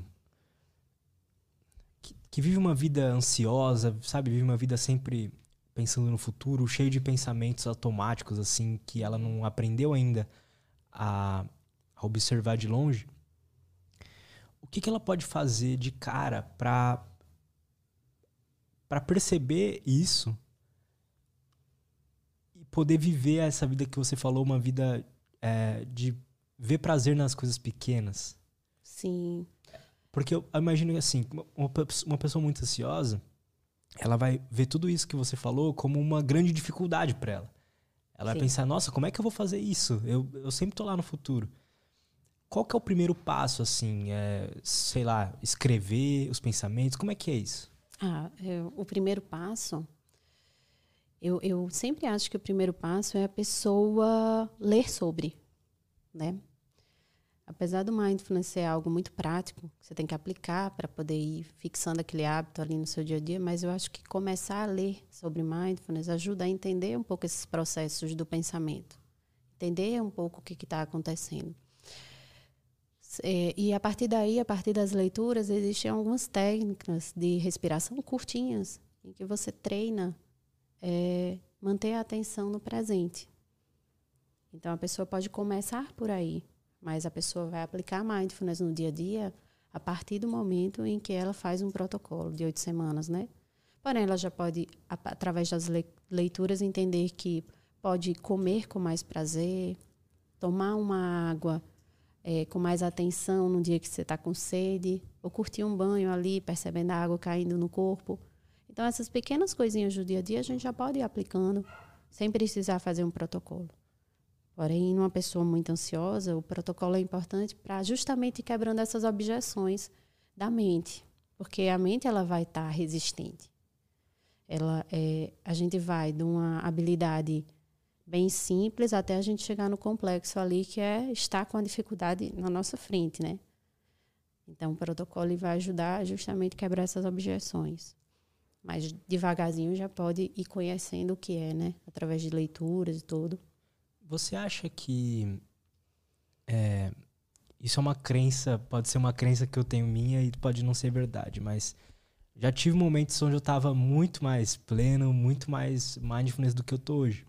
Que, que vive uma vida ansiosa, sabe? Vive uma vida sempre pensando no futuro, cheio de pensamentos automáticos, assim, que ela não aprendeu ainda a, a observar de longe. O que, que ela pode fazer de cara para para perceber isso poder viver essa vida que você falou, uma vida é, de ver prazer nas coisas pequenas? Sim. Porque eu imagino assim, uma, uma pessoa muito ansiosa, ela vai ver tudo isso que você falou como uma grande dificuldade para ela. Ela Sim. vai pensar, nossa, como é que eu vou fazer isso? Eu, eu sempre tô lá no futuro. Qual que é o primeiro passo, assim? É, sei lá, escrever os pensamentos? Como é que é isso? Ah, eu, o primeiro passo... Eu, eu sempre acho que o primeiro passo é a pessoa ler sobre, né? Apesar do Mindfulness ser algo muito prático, que você tem que aplicar para poder ir fixando aquele hábito ali no seu dia a dia, mas eu acho que começar a ler sobre Mindfulness ajuda a entender um pouco esses processos do pensamento. Entender um pouco o que está acontecendo. É, e a partir daí, a partir das leituras, existem algumas técnicas de respiração curtinhas, em que você treina é, manter a atenção no presente. Então, a pessoa pode começar por aí, mas a pessoa vai aplicar mindfulness no dia a dia a partir do momento em que ela faz um protocolo de oito semanas, né? Porém, ela já pode, através das leituras, entender que pode comer com mais prazer, tomar uma água é, com mais atenção no dia que você está com sede, ou curtir um banho ali, percebendo a água caindo no corpo. Então, essas pequenas coisinhas do dia a dia a gente já pode ir aplicando sem precisar fazer um protocolo. Porém, numa pessoa muito ansiosa, o protocolo é importante para justamente ir quebrando essas objeções da mente. Porque a mente ela vai estar tá resistente. Ela, é, a gente vai de uma habilidade bem simples até a gente chegar no complexo ali, que é estar com a dificuldade na nossa frente, né? Então, o protocolo ele vai ajudar justamente a quebrar essas objeções. Mas, devagarzinho, já pode ir conhecendo o que é, né? Através de leituras e tudo. Você acha que é, isso é uma crença, pode ser uma crença que eu tenho minha e pode não ser verdade, mas já tive momentos onde eu estava muito mais pleno, muito mais mindfulness do que eu tô hoje.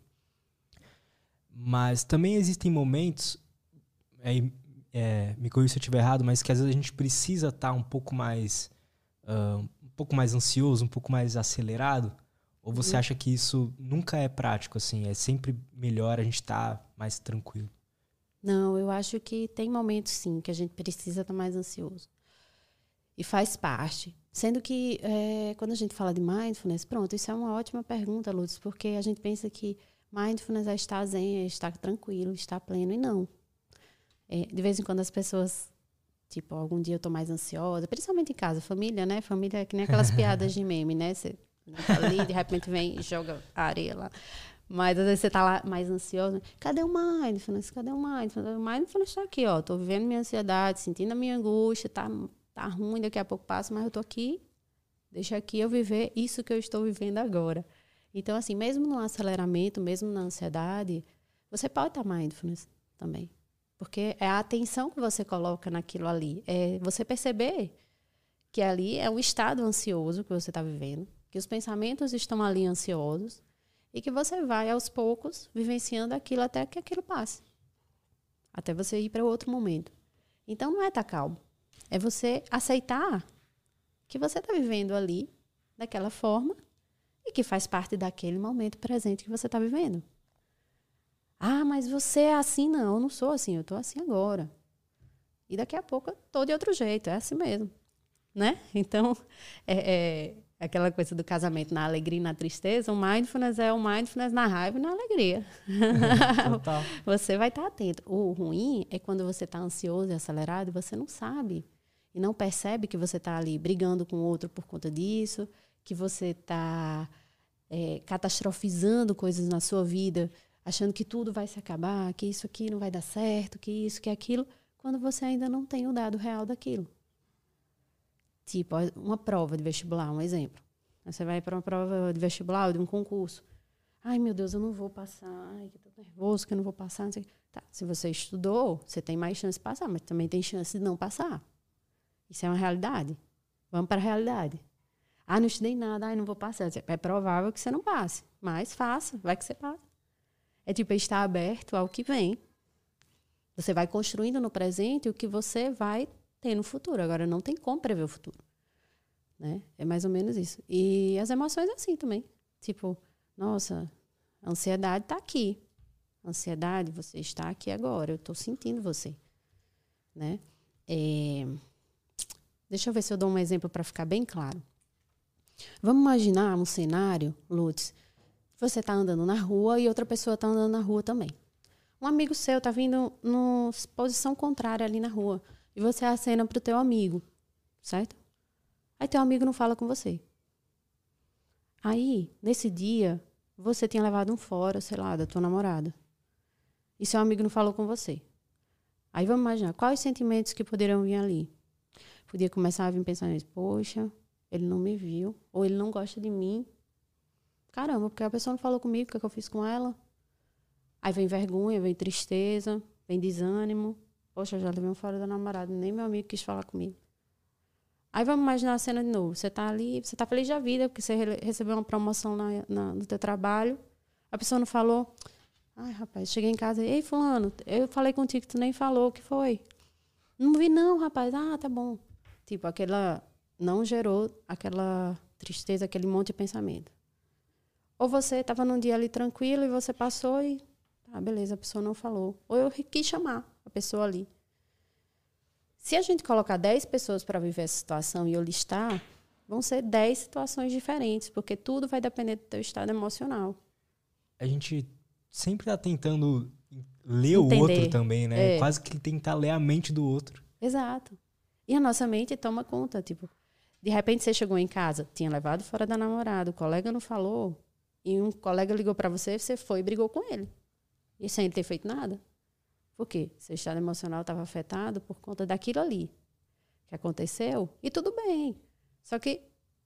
Mas também existem momentos, é, é, me corrija se eu estiver errado, mas que às vezes a gente precisa estar tá um pouco mais uh, um pouco mais ansioso, um pouco mais acelerado. Ou você acha que isso nunca é prático, assim? É sempre melhor a gente estar tá mais tranquilo? Não, eu acho que tem momentos, sim, que a gente precisa estar tá mais ansioso. E faz parte. Sendo que, é, quando a gente fala de mindfulness, pronto, isso é uma ótima pergunta, Lutz, porque a gente pensa que mindfulness é estar zen, é estar tranquilo, estar pleno, e não. É, de vez em quando as pessoas, tipo, algum dia eu estou mais ansiosa, principalmente em casa, família, né? Família é que nem aquelas piadas de meme, né? Você tá ali, de repente vem e joga areia lá. Mas às vezes você tá lá mais ansioso. Cadê o mindfulness? Cadê o mindfulness? O mindfulness tá aqui, ó. Tô vivendo minha ansiedade, sentindo a minha angústia, tá, tá ruim, daqui a pouco passa, mas eu tô aqui. Deixa aqui eu viver isso que eu estou vivendo agora. Então, assim, mesmo no aceleramento, mesmo na ansiedade, você pode estar mindfulness também. Porque é a atenção que você coloca naquilo ali. É você perceber que ali é um estado ansioso que você está vivendo, que os pensamentos estão ali ansiosos e que você vai, aos poucos, vivenciando aquilo até que aquilo passe. Até você ir para outro momento. Então, não é estar calmo. É você aceitar que você está vivendo ali daquela forma e que faz parte daquele momento presente que você está vivendo. Ah, mas você é assim? Não, eu não sou assim, eu estou assim agora. E daqui a pouco eu estou de outro jeito, é assim mesmo. Né? Então, é, é aquela coisa do casamento na alegria e na tristeza, o mindfulness é o mindfulness na raiva e na alegria. Total. Você vai estar atento. O ruim é quando você está ansioso e acelerado e você não sabe e não percebe que você está ali brigando com o outro por conta disso, que você está é, catastrofizando coisas na sua vida, achando que tudo vai se acabar, que isso aqui não vai dar certo, que isso, que aquilo, quando você ainda não tem o dado real daquilo. Tipo, uma prova de vestibular, um exemplo. Você vai para uma prova de vestibular ou de um concurso. Ai, meu Deus, eu não vou passar. Ai, que tô nervoso, que eu não vou passar. Não sei. Tá, se você estudou, você tem mais chance de passar, mas também tem chance de não passar. Isso é uma realidade. Vamos para a realidade. Ah, não estudei nada, ai, não vou passar. É provável que você não passe, mas faça, vai que você passa. É tipo, estar aberto ao que vem. Você vai construindo no presente o que você vai ter no futuro. Agora, não tem como prever o futuro. Né? É mais ou menos isso. E as emoções é assim também. Tipo, nossa, a ansiedade está aqui. A ansiedade, você está aqui agora. Eu estou sentindo você. Né? É... Deixa eu ver se eu dou um exemplo para ficar bem claro. Vamos imaginar um cenário, Lutz. Você está andando na rua e outra pessoa está andando na rua também. Um amigo seu está vindo na posição contrária ali na rua. E você acena para o teu amigo. Certo? Aí teu amigo não fala com você. Aí, nesse dia, você tinha levado um fora, sei lá, da tua namorada. E seu amigo não falou com você. Aí vamos imaginar, quais sentimentos que poderiam vir ali? Podia começar a vir pensamentos, poxa, ele não me viu, ou ele não gosta de mim. Caramba, porque a pessoa não falou comigo, o que, é que eu fiz com ela? Aí vem vergonha, vem tristeza, vem desânimo. Poxa, eu já levei um fora da namorada, nem meu amigo quis falar comigo. Aí vamos imaginar a cena de novo. Você tá ali, você tá feliz da vida, porque você re- recebeu uma promoção na, na, no teu trabalho. A pessoa não falou. Ai, rapaz, cheguei em casa. Ei, fulano, eu falei contigo, tu nem falou. O que foi? Não vi não, rapaz. Ah, tá bom. Tipo, aquela... Não gerou aquela tristeza, aquele monte de pensamento. Ou você estava num dia ali tranquilo e você passou e... Ah, beleza, a pessoa não falou. Ou eu quis chamar a pessoa ali. Se a gente colocar dez pessoas para viver essa situação e eu listar, vão ser dez situações diferentes, porque tudo vai depender do teu estado emocional. A gente sempre tá tentando ler Entender. o outro também, né? É. Quase que tentar ler a mente do outro. Exato. E a nossa mente toma conta, tipo, de repente você chegou em casa, tinha levado fora da namorada, o colega não falou, e um colega ligou para você, você foi e brigou com ele. E sem ele ter feito nada. Por quê? Seu estado emocional estava afetado por conta daquilo ali que aconteceu. E tudo bem. Só que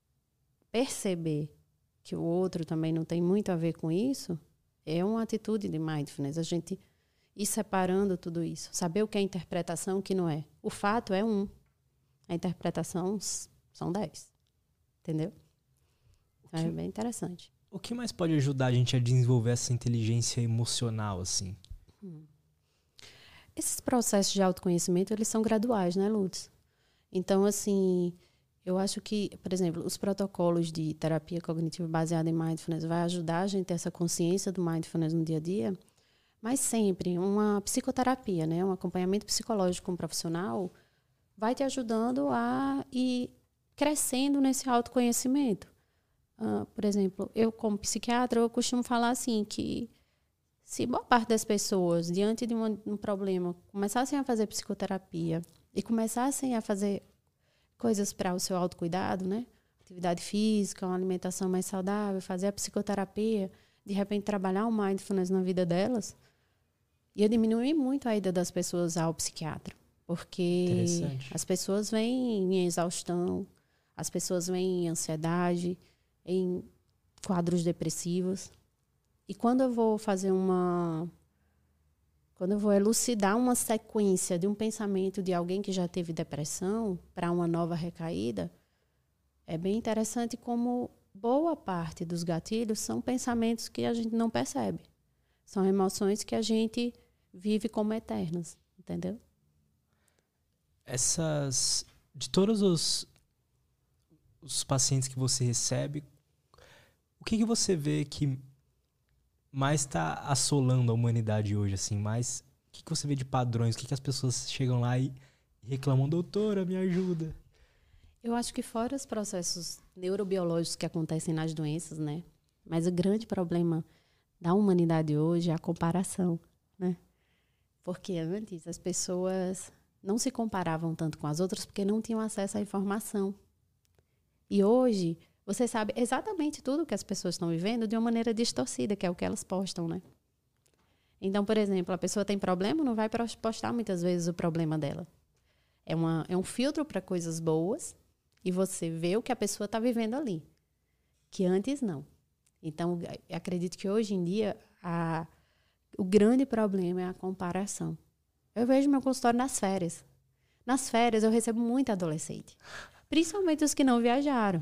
perceber que o outro também não tem muito a ver com isso é uma atitude de mindfulness. A gente ir separando tudo isso. Saber o que é interpretação e o que não é. O fato é um. A interpretação são dez. Entendeu? Então, é bem interessante. O que mais pode ajudar a gente a desenvolver essa inteligência emocional, assim? Hum. Esses processos de autoconhecimento, eles são graduais, né, Lutz? Então, assim, eu acho que, por exemplo, os protocolos de terapia cognitiva baseada em mindfulness vai ajudar a gente a ter essa consciência do mindfulness no dia a dia, mas sempre uma psicoterapia, né, um acompanhamento psicológico com um profissional vai te ajudando a ir crescendo nesse autoconhecimento. Uh, por exemplo, eu como psiquiatra, eu costumo falar assim que se boa parte das pessoas, diante de um, um problema, começassem a fazer psicoterapia e começassem a fazer coisas para o seu autocuidado, né? Atividade física, uma alimentação mais saudável, fazer a psicoterapia, de repente trabalhar o mindfulness na vida delas, ia diminuir muito a ida das pessoas ao psiquiatra. Porque as pessoas vêm em exaustão, as pessoas vêm em ansiedade, em quadros depressivos. E quando eu vou fazer uma... Quando eu vou elucidar uma sequência de um pensamento de alguém que já teve depressão para uma nova recaída, é bem interessante como boa parte dos gatilhos são pensamentos que a gente não percebe. São emoções que a gente vive como eternas, entendeu? Essas... De todos os, os pacientes que você recebe, o que, que você vê que mais está assolando a humanidade hoje, assim, mais o que, que você vê de padrões, o que, que as pessoas chegam lá e reclamam, doutora, me ajuda? Eu acho que fora os processos neurobiológicos que acontecem nas doenças, né? Mas o grande problema da humanidade hoje é a comparação, né? Porque antes as pessoas não se comparavam tanto com as outras porque não tinham acesso à informação. E hoje você sabe exatamente tudo que as pessoas estão vivendo de uma maneira distorcida, que é o que elas postam, né? Então, por exemplo, a pessoa tem problema, não vai postar muitas vezes o problema dela. É, uma, é um filtro para coisas boas e você vê o que a pessoa está vivendo ali, que antes não. Então, eu acredito que hoje em dia a, o grande problema é a comparação. Eu vejo meu consultório nas férias. Nas férias eu recebo muito adolescente. Principalmente os que não viajaram.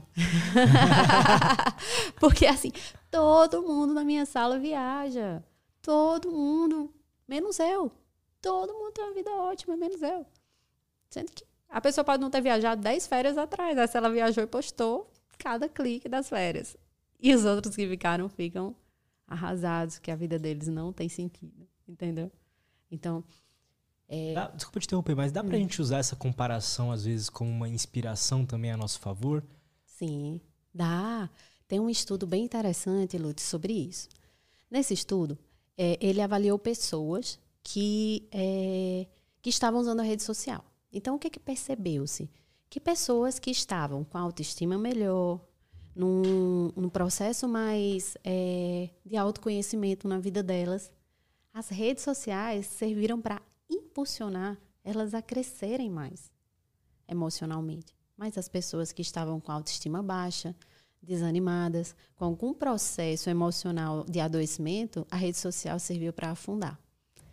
Porque, assim, todo mundo na minha sala viaja. Todo mundo, menos eu. Todo mundo tem uma vida ótima, menos eu. Sendo que a pessoa pode não ter viajado dez férias atrás. Né? Se ela viajou e postou cada clique das férias. E os outros que ficaram, ficam arrasados, que a vida deles não tem sentido. Entendeu? Então... É... Dá, desculpa te interromper, mas dá pra hum. gente usar essa comparação, às vezes, como uma inspiração também a nosso favor? Sim, dá. Tem um estudo bem interessante, Lutz, sobre isso. Nesse estudo, é, ele avaliou pessoas que, é, que estavam usando a rede social. Então, o que, que percebeu-se? Que pessoas que estavam com a autoestima melhor, num, num processo mais é, de autoconhecimento na vida delas, as redes sociais serviram para impulsionar elas a crescerem mais emocionalmente. Mas as pessoas que estavam com autoestima baixa, desanimadas, com algum processo emocional de adoecimento, a rede social serviu para afundar.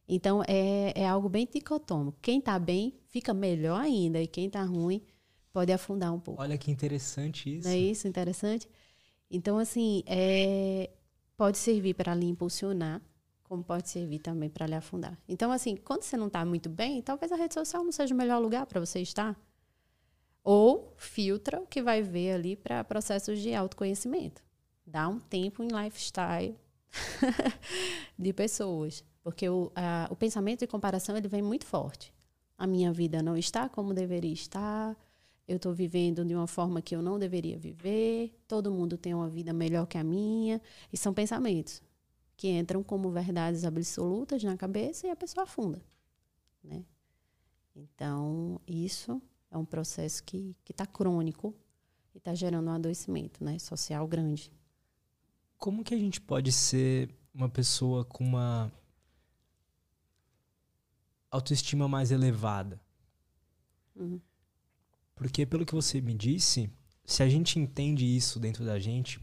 Então, é, é algo bem dicotômico. Quem está bem, fica melhor ainda. E quem está ruim, pode afundar um pouco. Olha que interessante isso. Não é isso interessante? Então, assim, é, pode servir para lhe impulsionar, como pode servir também para lhe afundar. Então, assim, quando você não está muito bem, talvez a rede social não seja o melhor lugar para você estar. Ou filtra o que vai ver ali para processos de autoconhecimento. Dá um tempo em lifestyle de pessoas. Porque o, a, o pensamento de comparação ele vem muito forte. A minha vida não está como deveria estar. Eu estou vivendo de uma forma que eu não deveria viver. Todo mundo tem uma vida melhor que a minha. E são pensamentos que entram como verdades absolutas na cabeça e a pessoa afunda, né? Então, isso é um processo que está crônico e está gerando um adoecimento, né, social grande. Como que a gente pode ser uma pessoa com uma autoestima mais elevada? Uhum. Porque, pelo que você me disse, se a gente entende isso dentro da gente,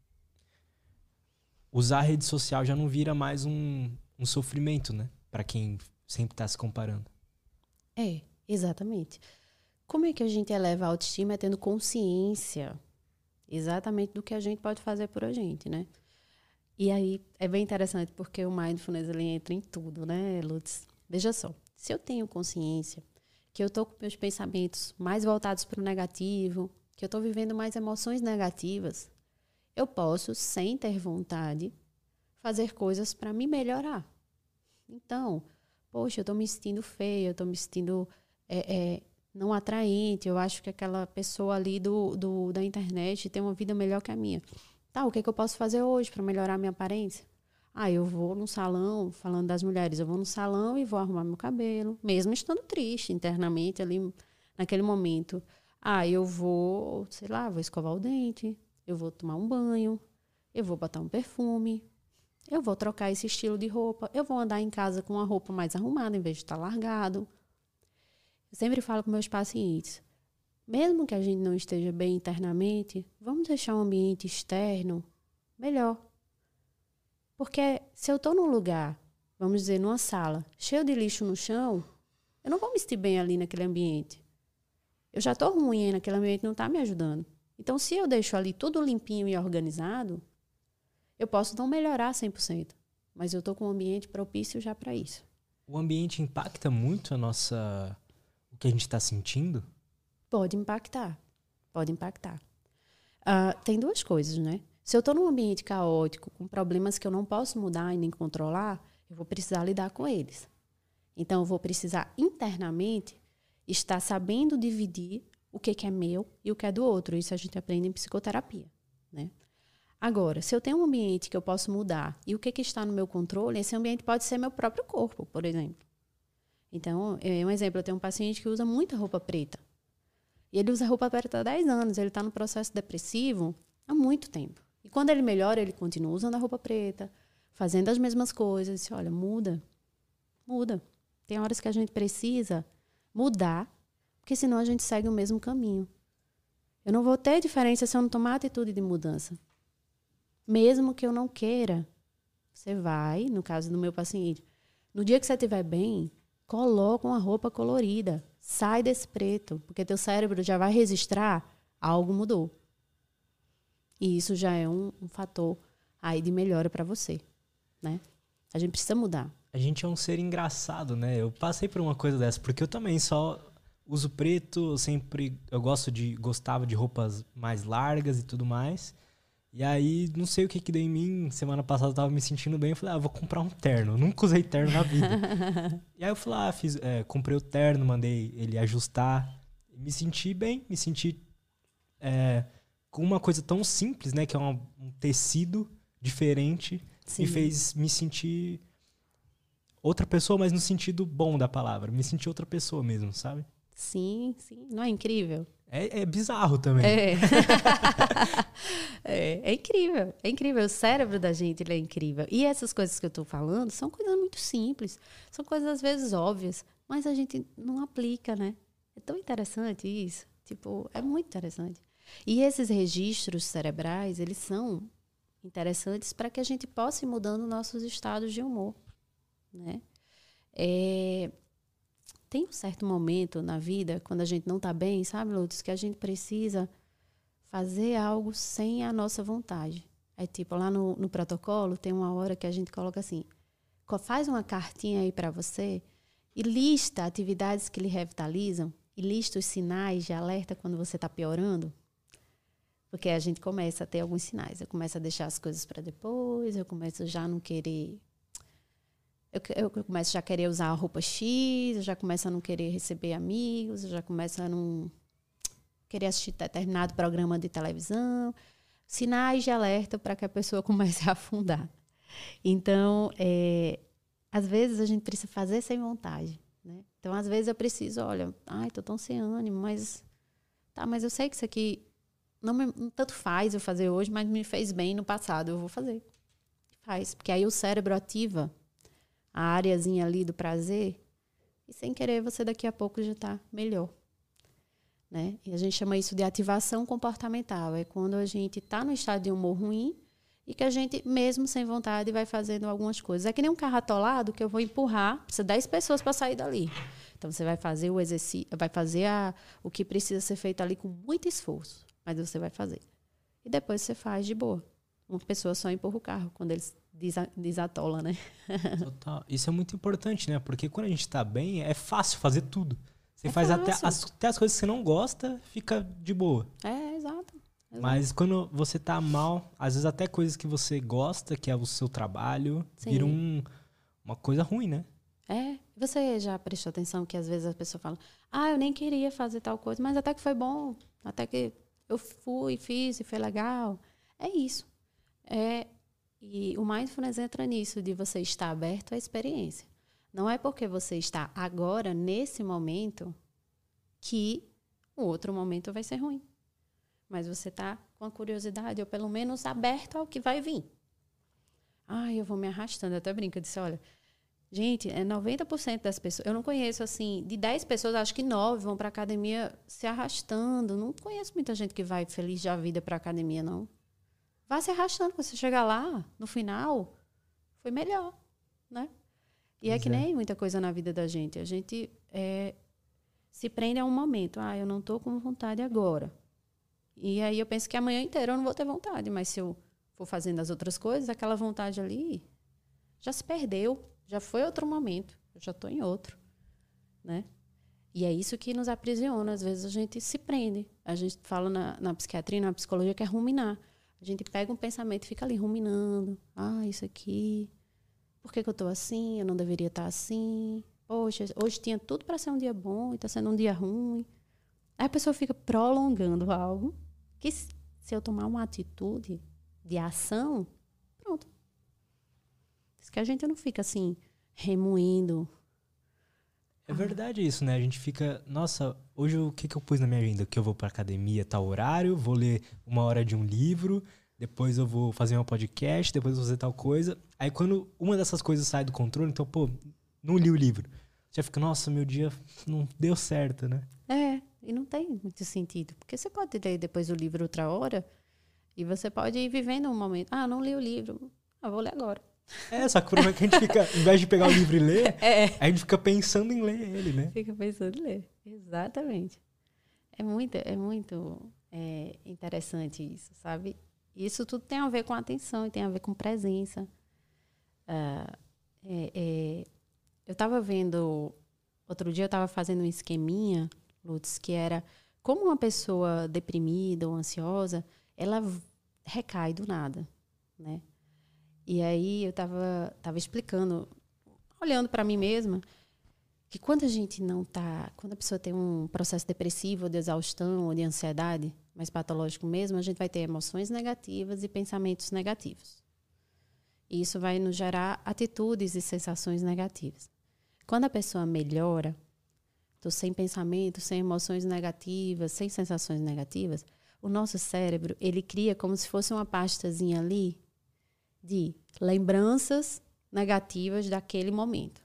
usar a rede social já não vira mais um, um sofrimento, né? Para quem sempre está se comparando. É, exatamente. Como é que a gente eleva a autoestima? É tendo consciência exatamente do que a gente pode fazer por a gente, né? E aí, é bem interessante porque o mindfulness ele entra em tudo, né, Lutz? Veja só, se eu tenho consciência que eu estou com meus pensamentos mais voltados para o negativo, que eu estou vivendo mais emoções negativas, eu posso, sem ter vontade, fazer coisas para me melhorar. Então, poxa, eu estou me sentindo feia, eu estou me sentindo é, é, não atraente, eu acho que aquela pessoa ali do, do, da internet tem uma vida melhor que a minha. Tá, o que, é que eu posso fazer hoje para melhorar a minha aparência? Ah, eu vou no salão, falando das mulheres, eu vou no salão e vou arrumar meu cabelo, mesmo estando triste internamente ali naquele momento. Ah, eu vou, sei lá, vou escovar o dente, eu vou tomar um banho, eu vou botar um perfume, eu vou trocar esse estilo de roupa, eu vou andar em casa com uma roupa mais arrumada em vez de estar largado. Eu sempre falo com meus pacientes, mesmo que a gente não esteja bem internamente, vamos deixar o ambiente externo melhor. Porque se eu estou num lugar, vamos dizer, numa sala, cheio de lixo no chão, eu não vou me sentir bem ali naquele ambiente. Eu já estou ruim, naquele ambiente não está me ajudando. Então, se eu deixo ali tudo limpinho e organizado, eu posso não melhorar cem por cento, mas eu estou com um ambiente propício já para isso. O ambiente impacta muito a nossa, o que a gente está sentindo? Pode impactar, pode impactar. Uh, tem duas coisas, né? Se eu estou num ambiente caótico, com problemas que eu não posso mudar e nem controlar, eu vou precisar lidar com eles. Então, eu vou precisar internamente estar sabendo dividir o que, que é meu e o que é do outro. Isso a gente aprende em psicoterapia, né? Agora, se eu tenho um ambiente que eu posso mudar e o que, que está no meu controle, esse ambiente pode ser meu próprio corpo, por exemplo. Então, é um exemplo, eu tenho um paciente que usa muita roupa preta. E ele usa roupa preta há dez anos, ele está no processo depressivo há muito tempo. E quando ele melhora, ele continua usando a roupa preta, fazendo as mesmas coisas. Disse, olha, muda, muda. Tem horas que a gente precisa mudar, porque senão a gente segue o mesmo caminho. Eu não vou ter diferença se eu não tomar atitude de mudança. Mesmo que eu não queira, você vai, no caso do meu paciente, no dia que você estiver bem, coloca uma roupa colorida, sai desse preto, porque teu cérebro já vai registrar, algo mudou. E isso já é um, um fator aí de melhora para você, né? A gente precisa mudar. A gente é um ser engraçado, né? Eu passei por uma coisa dessa, porque eu também só uso preto, eu sempre eu gosto de gostava de roupas mais largas e tudo mais. E aí, não sei o que que deu em mim, semana passada eu tava me sentindo bem, eu falei, ah, vou comprar um terno. Eu nunca usei terno na vida. E aí eu falei, ah, fiz, é, comprei o terno, mandei ele ajustar. Me senti bem, me senti é, com uma coisa tão simples, né? Que é uma, um tecido diferente. Sim. Me fez me sentir outra pessoa, mas no sentido bom da palavra. Me senti outra pessoa mesmo, sabe? Sim, sim. Não é incrível? É, é bizarro também. É. é. É incrível, é incrível. O cérebro da gente ele é incrível. E essas coisas que eu estou falando são coisas muito simples. São coisas, às vezes, óbvias. Mas a gente não aplica, né? É tão interessante isso. Tipo, é muito interessante. E esses registros cerebrais, eles são interessantes para que a gente possa ir mudando nossos estados de humor, né? É, tem um certo momento na vida, quando a gente não está bem, sabe, Lutz, que a gente precisa fazer algo sem a nossa vontade. É tipo, lá no, no protocolo, tem uma hora que a gente coloca assim, faz uma cartinha aí para você e lista atividades que lhe revitalizam e lista os sinais de alerta quando você está piorando. Porque a gente começa a ter alguns sinais. Eu começo a deixar as coisas para depois, eu começo já a não querer... Eu, eu, eu começo já a querer usar a roupa X, eu já começo a não querer receber amigos, eu já começo a não querer assistir determinado programa de televisão. Sinais de alerta para que a pessoa comece a afundar. Então, é, às vezes a gente precisa fazer sem vontade, né? Então, às vezes eu preciso, olha, ai, tô tão sem ânimo, mas... Tá, mas eu sei que isso aqui... Não, me, não tanto faz eu fazer hoje, mas me fez bem no passado. Eu vou fazer. Faz. Porque aí o cérebro ativa a areazinha ali do prazer e sem querer você daqui a pouco já está melhor. Né? E a gente chama isso de ativação comportamental. É quando a gente está no estado de humor ruim e que a gente, mesmo sem vontade, vai fazendo algumas coisas. É que nem um carro atolado que eu vou empurrar. Precisa dez pessoas para sair dali. Então, você vai fazer o exercício, vai fazer a, o que precisa ser feito ali com muito esforço. Mas você vai fazer. E depois você faz de boa. Uma pessoa só empurra o carro quando ele desatola, né? Total. Isso é muito importante, né? Porque quando a gente tá bem, é fácil fazer tudo. Você é faz até as, até as coisas que você não gosta, fica de boa. É, exato. exato. Mas quando você tá mal, às vezes até coisas que você gosta, que é o seu trabalho, Sim. vira um, uma coisa ruim, né? É. Você já prestou atenção que às vezes a pessoa fala, ah, eu nem queria fazer tal coisa, mas até que foi bom, até que eu fui, fiz e foi legal. É isso. É, e o mindfulness entra nisso, de você estar aberto à experiência. Não é porque você está agora, nesse momento, que o outro momento vai ser ruim. Mas você está com a curiosidade, ou pelo menos aberto ao que vai vir. Ah, eu vou me arrastando. Eu até brinco, eu disse, olha, gente, é noventa por cento das pessoas... Eu não conheço, assim, de dez pessoas, acho que nove vão para a academia se arrastando. Não conheço muita gente que vai feliz da vida para a academia, não. Vá se arrastando. Quando você chegar lá, no final, foi melhor, né? E é que nem muita coisa na vida da gente. A gente é, se prende a um momento. Ah, eu não estou com vontade agora. E aí eu penso que amanhã inteiro eu não vou ter vontade. Mas se eu for fazendo as outras coisas, aquela vontade ali já se perdeu. Já foi outro momento. Eu já estou em outro, né? E é isso que nos aprisiona. Às vezes a gente se prende. A gente fala na, na psiquiatria, na psicologia, que é ruminar. A gente pega um pensamento e fica ali ruminando. Ah, isso aqui... Por que, que eu estou assim? Eu não deveria estar assim. Poxa, hoje tinha tudo para ser um dia bom e está sendo um dia ruim. Aí a pessoa fica prolongando algo que, se eu tomar uma atitude de ação, pronto. Diz que a gente não fica assim, remoendo. É verdade isso, né? A gente fica... Nossa, hoje o que, que eu pus na minha agenda? Que eu vou para academia, tal horário, vou ler uma hora de um livro... Depois eu vou fazer um podcast, depois eu vou fazer tal coisa. Aí quando uma dessas coisas sai do controle, então, pô, não li o livro. Já fica, nossa, meu dia não deu certo, né? É, e não tem muito sentido. Porque você pode ler depois o livro outra hora e você pode ir vivendo um momento. Ah, não li o livro. Ah, vou ler agora. É, só que por que a gente fica, em vez de pegar o livro e ler, é. a gente fica pensando em ler ele, né? Fica pensando em ler, exatamente. É muito, é muito é, interessante isso, sabe? Isso tudo tem a ver com atenção e tem a ver com presença. Uh, é, é, eu estava vendo... Outro dia eu estava fazendo um esqueminha, Lutz, que era como uma pessoa deprimida ou ansiosa, ela recai do nada, né? E aí eu estava tava explicando, olhando para mim mesma, que quando a gente não está... Quando a pessoa tem um processo depressivo, ou de exaustão, ou de ansiedade... mais patológico mesmo, a gente vai ter emoções negativas e pensamentos negativos. E isso vai nos gerar atitudes e sensações negativas. Quando a pessoa melhora, tô sem pensamentos, sem emoções negativas, sem sensações negativas, o nosso cérebro, ele cria como se fosse uma pastazinha ali de lembranças negativas daquele momento.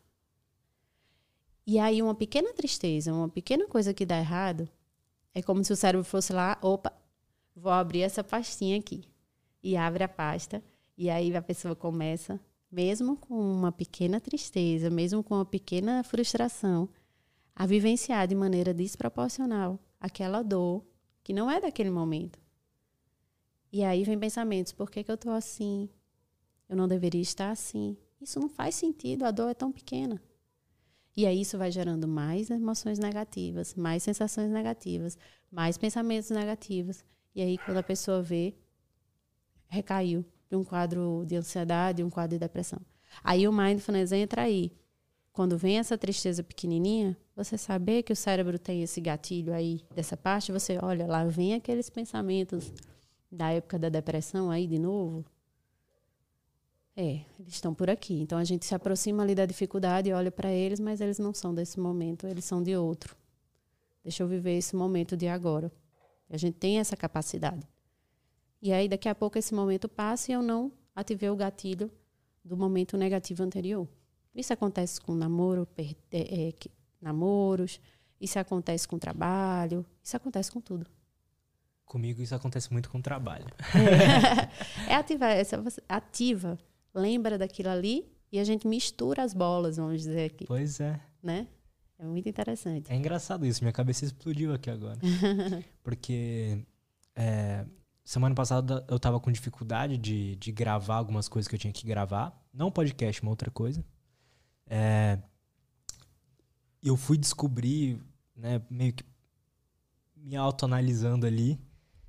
E aí uma pequena tristeza, uma pequena coisa que dá errado, é como se o cérebro fosse lá, opa, vou abrir essa pastinha aqui. E abre a pasta. E aí a pessoa começa mesmo com uma pequena tristeza, mesmo com uma pequena frustração, a vivenciar de maneira desproporcional aquela dor que não é daquele momento. E aí vem pensamentos, por que que eu estou assim? Eu não deveria estar assim. Isso não faz sentido, a dor é tão pequena. E aí isso vai gerando mais emoções negativas, mais sensações negativas, mais pensamentos negativos. E aí quando a pessoa vê, recaiu de um quadro de ansiedade, um quadro de depressão. Aí o mindfulness entra aí. Quando vem essa tristeza pequenininha, você saber que o cérebro tem esse gatilho aí dessa parte, você olha, lá vem aqueles pensamentos da época da depressão aí de novo. É, eles estão por aqui. Então a gente se aproxima ali da dificuldade e olha para eles, mas eles não são desse momento, eles são de outro. Deixa eu viver esse momento de agora. A gente tem essa capacidade. E aí, daqui a pouco, esse momento passa e eu não ativei o gatilho do momento negativo anterior. Isso acontece com namoro, per, é, que, namoros, isso acontece com trabalho, isso acontece com tudo. Comigo isso acontece muito com o trabalho. É, é ativar, essa, ativa, lembra daquilo ali e a gente mistura as bolas, vamos dizer aqui. Pois é. Né? É muito interessante. É engraçado isso, minha cabeça explodiu aqui agora. Porque... É, semana passada eu tava com dificuldade de, de gravar algumas coisas que eu tinha que gravar. Não podcast, uma outra coisa. É, eu fui descobrir, né, meio que me autoanalisando ali,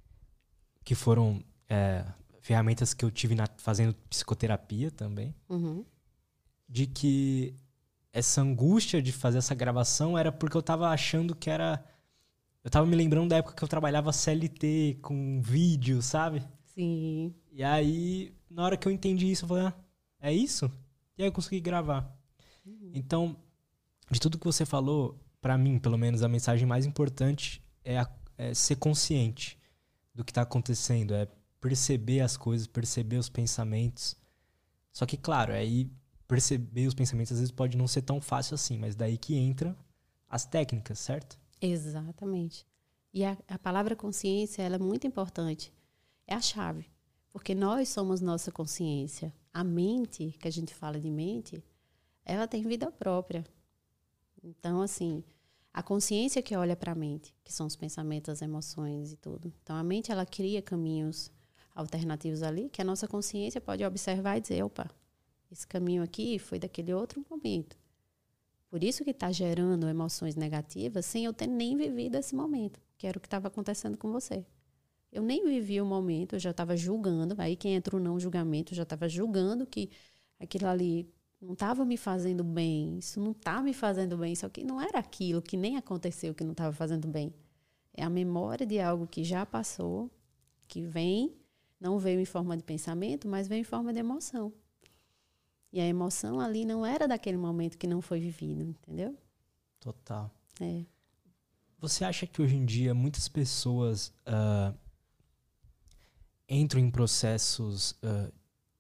que foram é, ferramentas que eu tive na, fazendo psicoterapia também, Uhum. de que essa angústia de fazer essa gravação era porque eu tava achando que era... Eu tava me lembrando da época que eu trabalhava C L T, com vídeo, sabe? Sim. E aí, na hora que eu entendi isso, eu falei, ah, é isso? E aí eu consegui gravar. Uhum. Então, de tudo que você falou, pra mim, pelo menos, a mensagem mais importante é, a, é ser consciente do que tá acontecendo, é perceber as coisas, perceber os pensamentos. Só que, claro, aí perceber os pensamentos às vezes pode não ser tão fácil assim, mas daí que entra as técnicas, certo? Exatamente. E a, a palavra consciência, ela é muito importante. É a chave. Porque nós somos nossa consciência. A mente, que a gente fala de mente, ela tem vida própria. Então, assim, a consciência que olha para a mente, que são os pensamentos, as emoções e tudo. Então, a mente, ela cria caminhos alternativos ali, que a nossa consciência pode observar e dizer, opa, esse caminho aqui foi daquele outro momento. Por isso que está gerando emoções negativas sem eu ter nem vivido esse momento, que era o que estava acontecendo com você. Eu nem vivi o momento, eu já estava julgando, aí quem entra o não julgamento, eu já estava julgando que aquilo ali não estava me fazendo bem, isso não está me fazendo bem, só que não era aquilo, que nem aconteceu que não estava fazendo bem. É a memória de algo que já passou, que vem, não veio em forma de pensamento, mas veio em forma de emoção. E a emoção ali não era daquele momento que não foi vivido, entendeu? Total. É. Você acha que hoje em dia muitas pessoas uh, entram em processos uh,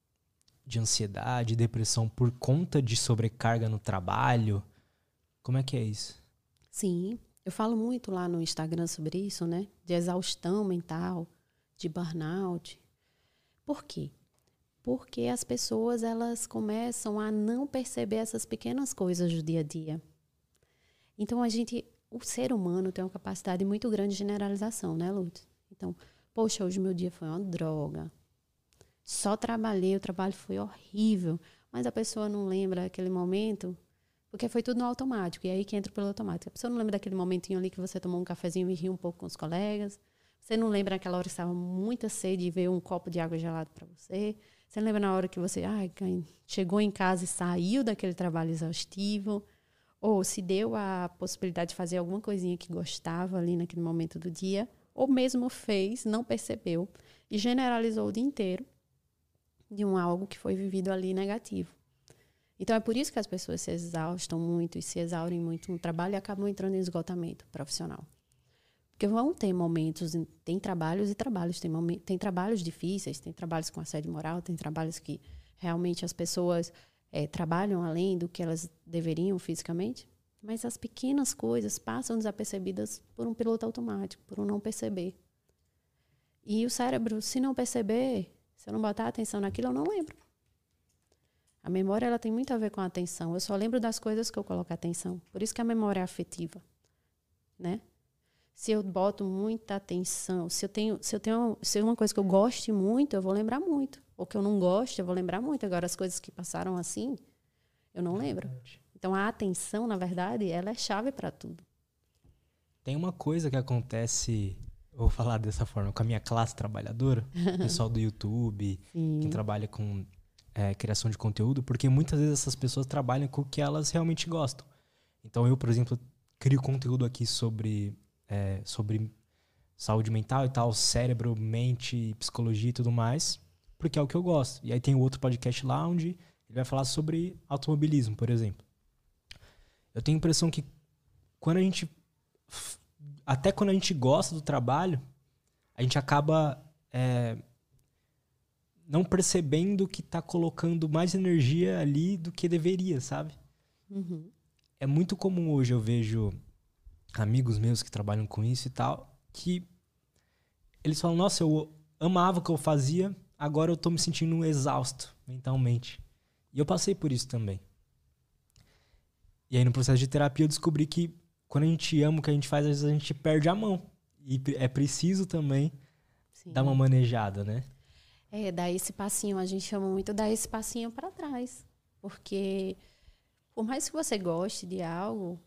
de ansiedade, depressão por conta de sobrecarga no trabalho? Como é que é isso? Sim, eu falo muito lá no Instagram sobre isso, né? De exaustão mental, de burnout. Por quê? Porque as pessoas, elas começam a não perceber essas pequenas coisas do dia a dia. Então, a gente, o ser humano tem uma capacidade muito grande de generalização, né, Lutz? Então, poxa, hoje meu dia foi uma droga. Só trabalhei, o trabalho foi horrível. Mas a pessoa não lembra aquele momento, porque foi tudo no automático. E aí que entra pelo automático. A pessoa não lembra daquele momentinho ali que você tomou um cafezinho e riu um pouco com os colegas. Você não lembra naquela hora que estava muita sede e veio um copo de água gelada para você. Você lembra na hora que você ai, chegou em casa e saiu daquele trabalho exaustivo? Ou se deu a possibilidade de fazer alguma coisinha que gostava ali naquele momento do dia? Ou mesmo fez, não percebeu e generalizou o dia inteiro de um algo que foi vivido ali negativo. Então, é por isso que as pessoas se exaustam muito e se exaurem muito no trabalho e acabam entrando em esgotamento profissional. Porque vão ter momentos, tem trabalhos e trabalhos, tem, momentos, tem trabalhos difíceis, tem trabalhos com assédio moral, tem trabalhos que realmente as pessoas é, trabalham além do que elas deveriam fisicamente, mas as pequenas coisas passam desapercebidas por um piloto automático, por um não perceber. E o cérebro, se não perceber, se eu não botar atenção naquilo, eu não lembro. A memória ela tem muito a ver com a atenção. Eu só lembro das coisas que eu coloco atenção. Por isso que a memória é afetiva, né? Se eu boto muita atenção, se eu tenho, se eu tenho, se é uma coisa que eu goste muito, eu vou lembrar muito. Ou que eu não gosto, eu vou lembrar muito. Agora, as coisas que passaram assim, eu não lembro. Então, a atenção, na verdade, ela é chave para tudo. Tem uma coisa que acontece, vou falar dessa forma, com a minha classe trabalhadora, o pessoal do YouTube, Sim. quem trabalha com é, criação de conteúdo, porque muitas vezes essas pessoas trabalham com o que elas realmente gostam. Então, eu, por exemplo, crio conteúdo aqui sobre... É, sobre saúde mental e tal, cérebro, mente, psicologia e tudo mais, porque é o que eu gosto. E aí tem outro podcast lá onde ele vai falar sobre automobilismo, por exemplo. Eu tenho a impressão que quando a gente... Até quando a gente gosta do trabalho, a gente acaba é, não percebendo que está colocando mais energia ali do que deveria, sabe? Uhum. É muito comum hoje, eu vejo... amigos meus que trabalham com isso e tal, que eles falam, nossa, eu amava o que eu fazia, agora eu tô me sentindo exausto mentalmente. E eu passei por isso também. E aí no processo de terapia eu descobri que quando a gente ama o que a gente faz, às vezes a gente perde a mão. E é preciso também Sim. dar uma manejada, né? É, dar esse passinho, a gente chama muito dar esse passinho para trás. Porque por mais que você goste de algo...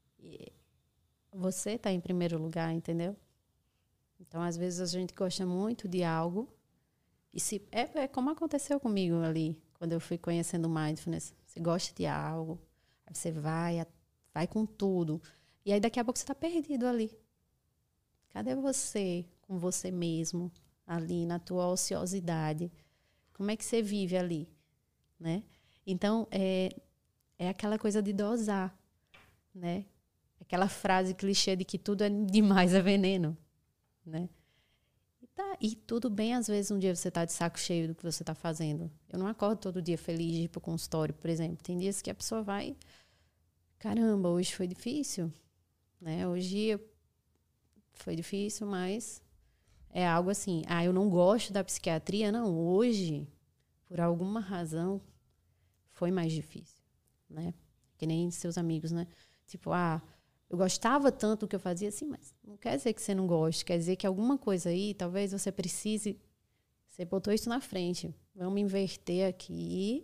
você está em primeiro lugar, entendeu? Então, às vezes, a gente gosta muito de algo. E se, é, é como aconteceu comigo ali, quando eu fui conhecendo Mindfulness. Você gosta de algo, aí você vai, vai com tudo. E aí, daqui a pouco, você está perdido ali. Cadê você com você mesmo, ali, na tua ociosidade? Como é que você vive ali? Né? Então, é, é aquela coisa de dosar, né? Aquela frase clichê de que tudo é demais é veneno, né? E, tá, e tudo bem, às vezes, um dia você tá de saco cheio do que você tá fazendo. Eu não acordo todo dia feliz de ir pro consultório, por exemplo. Tem dias que a pessoa vai... Caramba, hoje foi difícil, né? Hoje foi difícil, mas é algo assim... Ah, eu não gosto da psiquiatria. Não, hoje, por alguma razão, foi mais difícil, né? Que nem seus amigos, né? Tipo, ah... eu gostava tanto do que eu fazia, assim, mas não quer dizer que você não goste. Quer dizer que alguma coisa aí, talvez você precise... Você botou isso na frente. Vamos inverter aqui.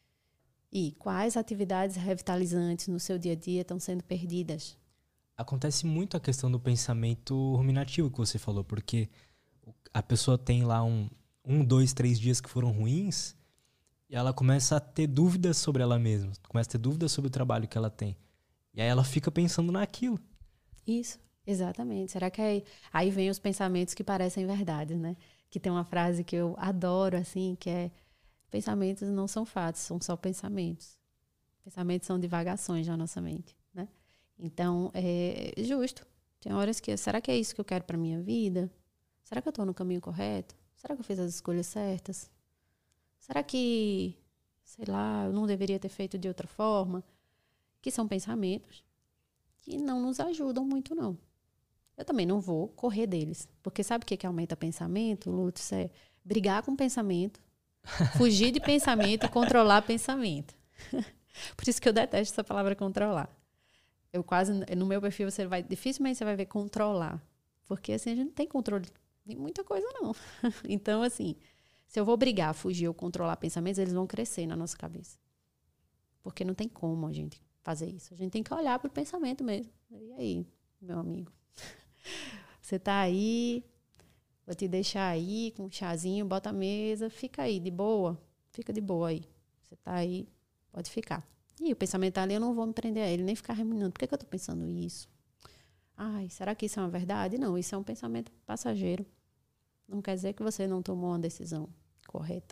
E quais atividades revitalizantes no seu dia a dia estão sendo perdidas? Acontece muito a questão do pensamento ruminativo que você falou, porque a pessoa tem lá um, um, dois, três dias que foram ruins e ela começa a ter dúvidas sobre ela mesma. Começa a ter dúvidas sobre o trabalho que ela tem. E aí ela fica pensando naquilo. Isso, exatamente. Será que aí, aí vem os pensamentos que parecem verdade, né? Que tem uma frase que eu adoro, assim, que é: pensamentos não são fatos, são só pensamentos. Pensamentos são divagações na nossa mente, né? Então, é justo. Tem horas que, será que é isso que eu quero para minha vida? Será que eu estou no caminho correto? Será que eu fiz as escolhas certas? Será que, sei lá, eu não deveria ter feito de outra forma? Que são pensamentos que não nos ajudam muito, não. Eu também não vou correr deles. Porque sabe o que, que aumenta pensamento, Lutz? É brigar com pensamento, fugir de pensamento e controlar pensamento. Por isso que eu detesto essa palavra controlar. Eu quase, no meu perfil, você vai, dificilmente você vai ver controlar. Porque assim, a gente não tem controle de muita coisa, não. Então, assim, se eu vou brigar, fugir ou controlar pensamentos, eles vão crescer na nossa cabeça. Porque não tem como a gente fazer isso. A gente tem que olhar para o pensamento mesmo. E aí, meu amigo? Você tá aí, vou te deixar aí com um chazinho, bota a mesa, fica aí, de boa. Fica de boa aí. Você tá aí, pode ficar. E o pensamento tá ali, eu não vou me prender a ele, nem ficar remoendo. Por que, que eu tô pensando isso? Ai, será que isso é uma verdade? Não, isso é um pensamento passageiro. Não quer dizer que você não tomou uma decisão correta.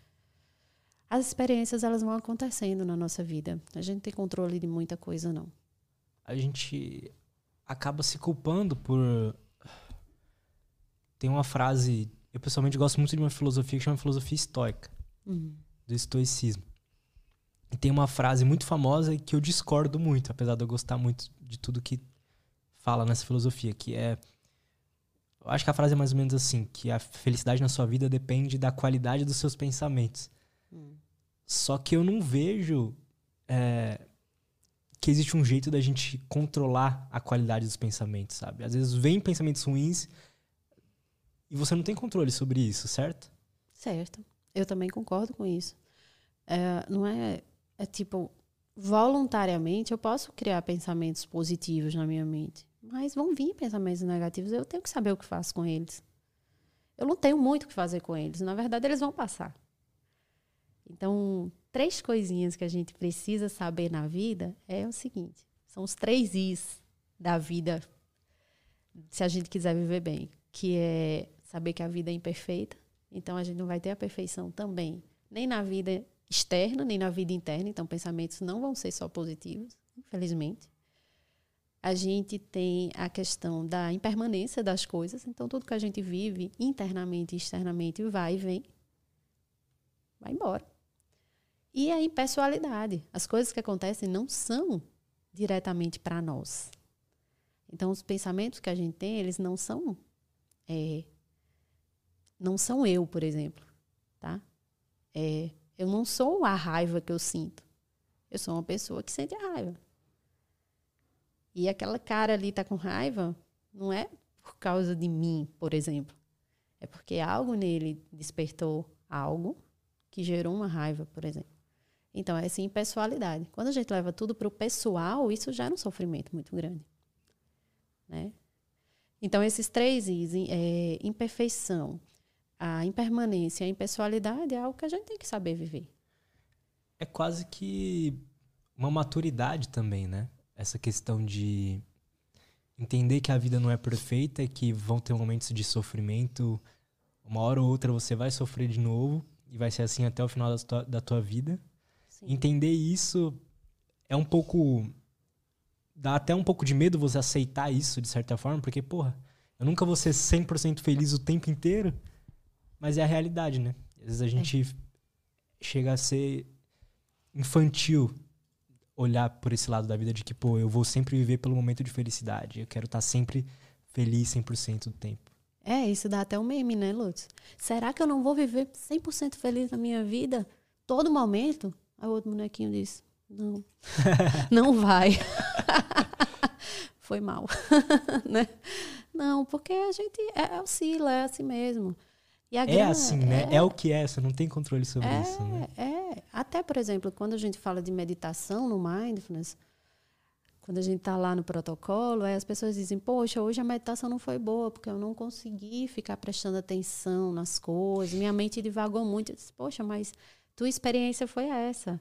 As experiências, elas vão acontecendo na nossa vida. A gente não tem controle de muita coisa, não. A gente acaba se culpando por... Tem uma frase... Eu, pessoalmente, gosto muito de uma filosofia que chama filosofia estoica. Uhum. Do estoicismo. E tem uma frase muito famosa que eu discordo muito, apesar de eu gostar muito de tudo que fala nessa filosofia, que é... Eu acho que a frase é mais ou menos assim, que a felicidade na sua vida depende da qualidade dos seus pensamentos. Hum. Só que eu não vejo é, que existe um jeito da gente controlar a qualidade dos pensamentos, sabe? Às vezes vem pensamentos ruins e você não tem controle sobre isso, certo? Certo. Eu também concordo com isso. É, não é, é tipo, voluntariamente eu posso criar pensamentos positivos na minha mente, mas vão vir pensamentos negativos, eu tenho que saber o que faço com eles. Eu não tenho muito o que fazer com eles. Na verdade, eles vão passar. Então, três coisinhas que a gente precisa saber na vida é o seguinte. São os três Is da vida, se a gente quiser viver bem. Que é saber que a vida é imperfeita. Então, a gente não vai ter a perfeição também. Nem na vida externa, nem na vida interna. Então, pensamentos não vão ser só positivos, infelizmente. A gente tem a questão da impermanência das coisas. Então, tudo que a gente vive internamente e externamente vai e vem. Vai embora. E a impessoalidade. As coisas que acontecem não são diretamente para nós. Então, os pensamentos que a gente tem, eles não são... É, não são eu, por exemplo. Tá? É, eu não sou a raiva que eu sinto. Eu sou uma pessoa que sente a raiva. E aquela cara ali tá com raiva, não é por causa de mim, por exemplo. É porque algo nele despertou algo que gerou uma raiva, por exemplo. Então, essa impessoalidade. Quando a gente leva tudo para o pessoal, isso já é um sofrimento muito grande. Né? Então, esses três Is, é, imperfeição, a impermanência e a impessoalidade é algo que a gente tem que saber viver. É quase que uma maturidade também, né? Essa questão de entender que a vida não é perfeita, que vão ter momentos de sofrimento. Uma hora ou outra você vai sofrer de novo e vai ser assim até o final da tua, da tua vida. Sim. Entender isso é um pouco... Dá até um pouco de medo você aceitar isso, de certa forma, porque, porra, eu nunca vou ser cem por cento feliz o tempo inteiro, mas é a realidade, né? Às vezes a gente é. chega a ser infantil olhar por esse lado da vida de que, pô, eu vou sempre viver pelo momento de felicidade. Eu quero estar sempre feliz cem por cento do tempo. É, isso dá até um meme, né, Lutz? Será que eu não vou viver cem por cento feliz na minha vida? Todo momento? Aí o outro bonequinho disse, não, não vai. Foi mal. Né? Não, porque a gente é, oscila, é assim mesmo. E a é grana, assim, né? É, é o que é, você não tem controle sobre é, isso, né? É, até, por exemplo, quando a gente fala de meditação no Mindfulness, quando a gente está lá no protocolo, aí as pessoas dizem, poxa, hoje a meditação não foi boa, porque eu não consegui ficar prestando atenção nas coisas, minha mente divagou muito. Eu disse, poxa, mas tua experiência foi essa.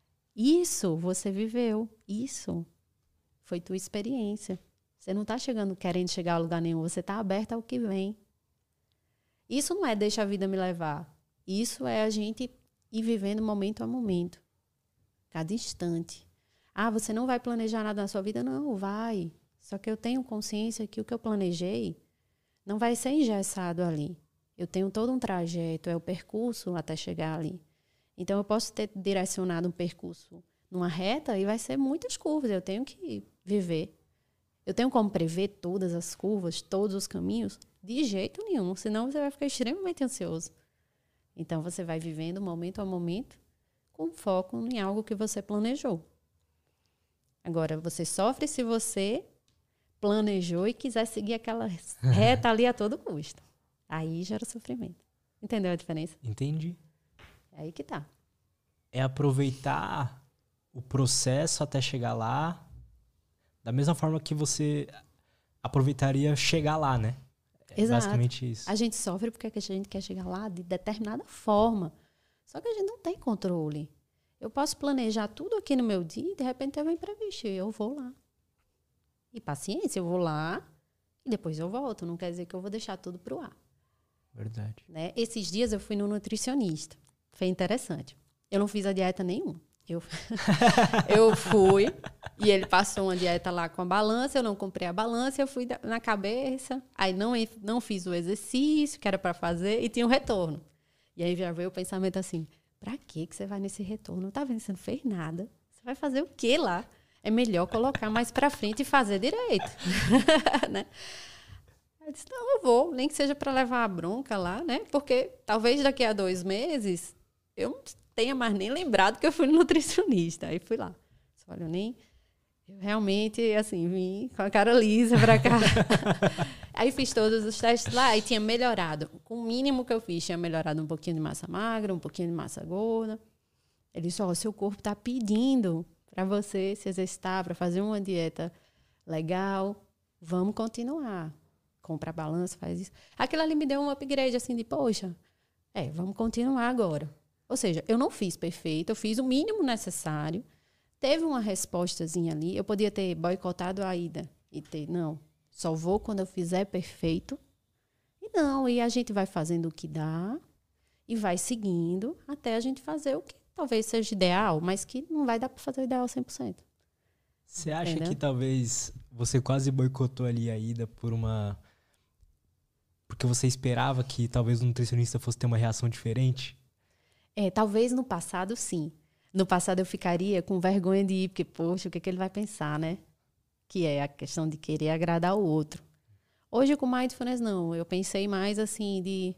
Isso você viveu, isso foi tua experiência. Você não está chegando querendo chegar a lugar nenhum, você está aberta ao que vem. Isso não é deixa a vida me levar. Isso é a gente ir vivendo momento a momento. Cada instante. Ah, você não vai planejar nada na sua vida? Não, vai. Só que eu tenho consciência que o que eu planejei não vai ser engessado ali. Eu tenho todo um trajeto, é o percurso até chegar ali. Então, eu posso ter direcionado um percurso numa reta e vai ser muitas curvas. Eu tenho que viver. Eu tenho como prever todas as curvas, todos os caminhos? De jeito nenhum, senão você vai ficar extremamente ansioso. Então, você vai vivendo momento a momento com foco em algo que você planejou. Agora, você sofre se você planejou e quiser seguir aquela reta ali a todo custo. Aí gera sofrimento. Entendeu a diferença? Entendi. É aí que tá. É aproveitar o processo até chegar lá da mesma forma que você aproveitaria chegar lá, né? É Exato. Basicamente isso. A gente sofre porque a gente quer chegar lá de determinada forma. Só que a gente não tem controle. Eu posso planejar tudo aqui no meu dia e de repente eu vou imprevisto. Eu vou lá. E paciência, eu vou lá e depois eu volto. Não quer dizer que eu vou deixar tudo pro ar. Verdade. Né? Esses dias eu fui no nutricionista. Foi interessante. Eu não fiz a dieta nenhuma. Eu, eu fui e ele passou uma dieta lá com a balança, eu não comprei a balança, eu fui na cabeça, aí não, não fiz o exercício que era para fazer e tinha um retorno. E aí já veio o pensamento assim, pra que que você vai nesse retorno? Não tá vendo, você não fez nada. Você vai fazer o quê lá? É melhor colocar mais pra frente e fazer direito. Né? Eu disse, não, eu vou, nem que seja para levar a bronca lá, né? Porque talvez daqui a dois meses eu tenha mais nem lembrado que eu fui no nutricionista. Aí fui lá. Olha, eu nem... Eu realmente, assim, vim com a cara lisa pra cá. Aí fiz todos os testes lá e tinha melhorado. Com o mínimo que eu fiz, tinha melhorado um pouquinho de massa magra, um pouquinho de massa gorda. Ele disse, ó, oh, seu corpo tá pedindo para você se exercitar, para fazer uma dieta legal. Vamos continuar. Compra a balança, faz isso. Aquilo ali me deu um upgrade, assim, de, poxa, é, vamos continuar agora. Ou seja, eu não fiz perfeito, eu fiz o mínimo necessário. Teve uma respostazinha ali. Eu podia ter boicotado a ida e ter, não, só vou quando eu fizer perfeito. E não, e a gente vai fazendo o que dá e vai seguindo até a gente fazer o que talvez seja ideal, mas que não vai dar para fazer o ideal cem por cento. Você acha Entendeu? que talvez você quase boicotou ali a ida por uma... Porque você esperava que talvez o nutricionista fosse ter uma reação diferente? É, talvez no passado, sim. No passado eu ficaria com vergonha de ir, porque, poxa, o que, é que ele vai pensar, né? Que é a questão de querer agradar o outro. Hoje, com Mindfulness, não. Eu pensei mais assim de...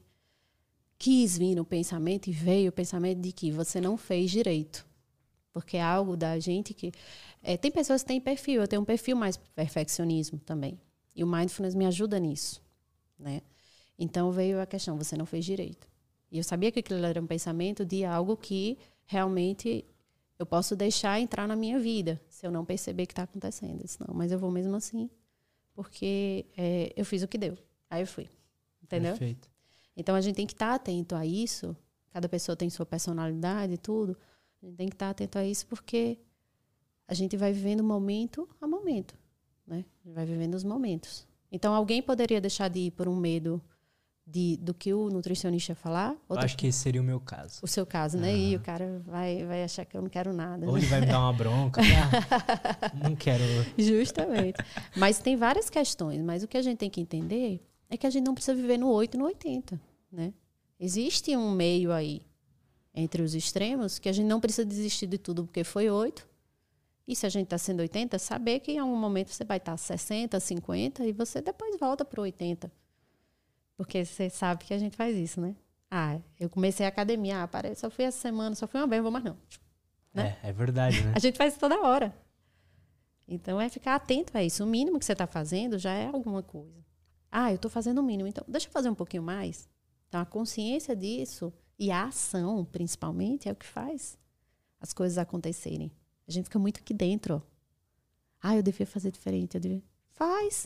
Quis vir no pensamento e veio o pensamento de que você não fez direito. Porque é algo da gente que... É, tem pessoas que têm perfil. Eu tenho um perfil mais perfeccionismo também. E o Mindfulness me ajuda nisso, né? Então veio a questão, você não fez direito. E eu sabia que aquilo era um pensamento de algo que realmente eu posso deixar entrar na minha vida, se eu não perceber que está acontecendo. Eu disse, não, mas eu vou mesmo assim, porque é, eu fiz o que deu. Aí eu fui, entendeu? Perfeito. Então a gente tem que estar atento a isso. Cada pessoa tem sua personalidade e tudo. A gente tem que estar atento a isso porque a gente vai vivendo momento a momento, né? A gente vai vivendo os momentos. Então alguém poderia deixar de ir por um medo De, do que o nutricionista falar. Eu acho que esse seria o meu caso. O seu caso, né? Uhum. E o cara vai, vai achar que eu não quero nada. Ou né? ele vai me dar uma bronca. Ah, não quero. Justamente. Mas tem várias questões. Mas o que a gente tem que entender é que a gente não precisa viver no oito e no oitenta. Né? Existe um meio aí entre os extremos que a gente não precisa desistir de tudo porque foi oito. E se a gente está sendo oitenta, saber que em algum momento você vai estar sessenta, cinquenta e você depois volta para o oitenta. Porque você sabe que a gente faz isso, né? Ah, eu comecei a academia, ah, parei, só fui essa semana, só fui uma vez, não vou mais não. Né? É, é verdade, né? A gente faz isso toda hora. Então, é ficar atento a isso. O mínimo que você está fazendo já é alguma coisa. Ah, eu estou fazendo o mínimo, então deixa eu fazer um pouquinho mais. Então, a consciência disso e a ação, principalmente, é o que faz as coisas acontecerem. A gente fica muito aqui dentro. Ó. Ah, eu devia fazer diferente, eu devia... Faz.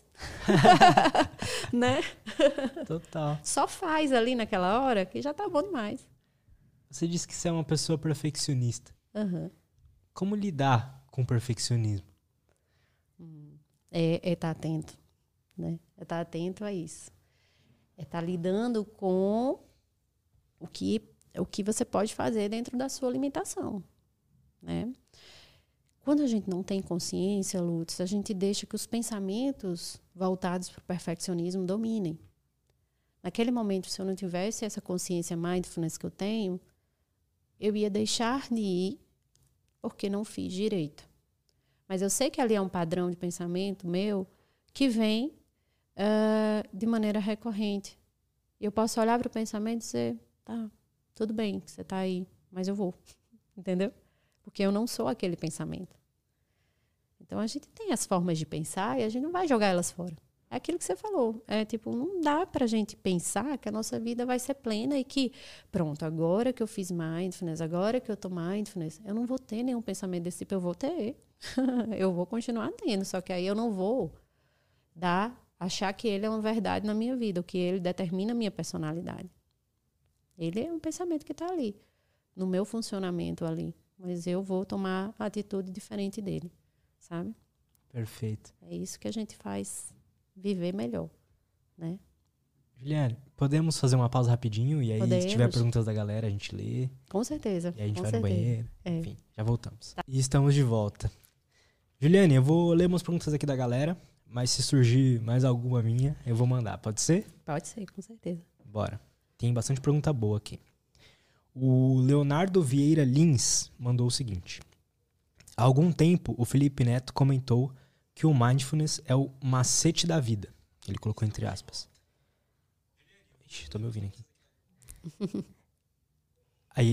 Né? Total. Só faz ali naquela hora que já tá bom demais. Você disse que você é uma pessoa perfeccionista. Uhum. Como lidar com o perfeccionismo? É estar tá atento. Né? É estar tá atento a isso. É estar tá lidando com o que, o que você pode fazer dentro da sua limitação. Né? Quando a gente não tem consciência, Lutz, a gente deixa que os pensamentos voltados para o perfeccionismo dominem. Naquele momento, se eu não tivesse essa consciência mindfulness que eu tenho, eu ia deixar de ir porque não fiz direito. Mas eu sei que ali é um padrão de pensamento meu que vem uh, de maneira recorrente. E eu posso olhar para o pensamento e dizer, tá, tudo bem que você está aí, mas eu vou. Entendeu? Porque eu não sou aquele pensamento. Então, a gente tem as formas de pensar e a gente não vai jogar elas fora. É aquilo que você falou. É tipo, não dá pra gente pensar que a nossa vida vai ser plena e que, pronto, agora que eu fiz mindfulness, agora que eu tô mindfulness, eu não vou ter nenhum pensamento desse tipo. Eu vou ter. Eu vou continuar tendo. Só que aí eu não vou dar, achar que ele é uma verdade na minha vida, ou que ele determina a minha personalidade. Ele é um pensamento que tá ali, no meu funcionamento ali. Mas eu vou tomar a atitude diferente dele. Sabe? Perfeito. É isso que a gente faz viver melhor, né? Juliane, podemos fazer uma pausa rapidinho e aí Podemos. se tiver perguntas da galera a gente lê. Com certeza. E aí a gente com vai certeza. no banheiro. É. Enfim, já voltamos. Tá. E estamos de volta. Juliane, eu vou ler umas perguntas aqui da galera, mas se surgir mais alguma minha, eu vou mandar. Pode ser? Pode ser, com certeza. Bora. Tem bastante pergunta boa aqui. O Leonardo Vieira Lins mandou o seguinte. Há algum tempo, o Felipe Neto comentou que o mindfulness é o macete da vida. Ele colocou entre aspas. Ixi, tô me ouvindo aqui. Aí ele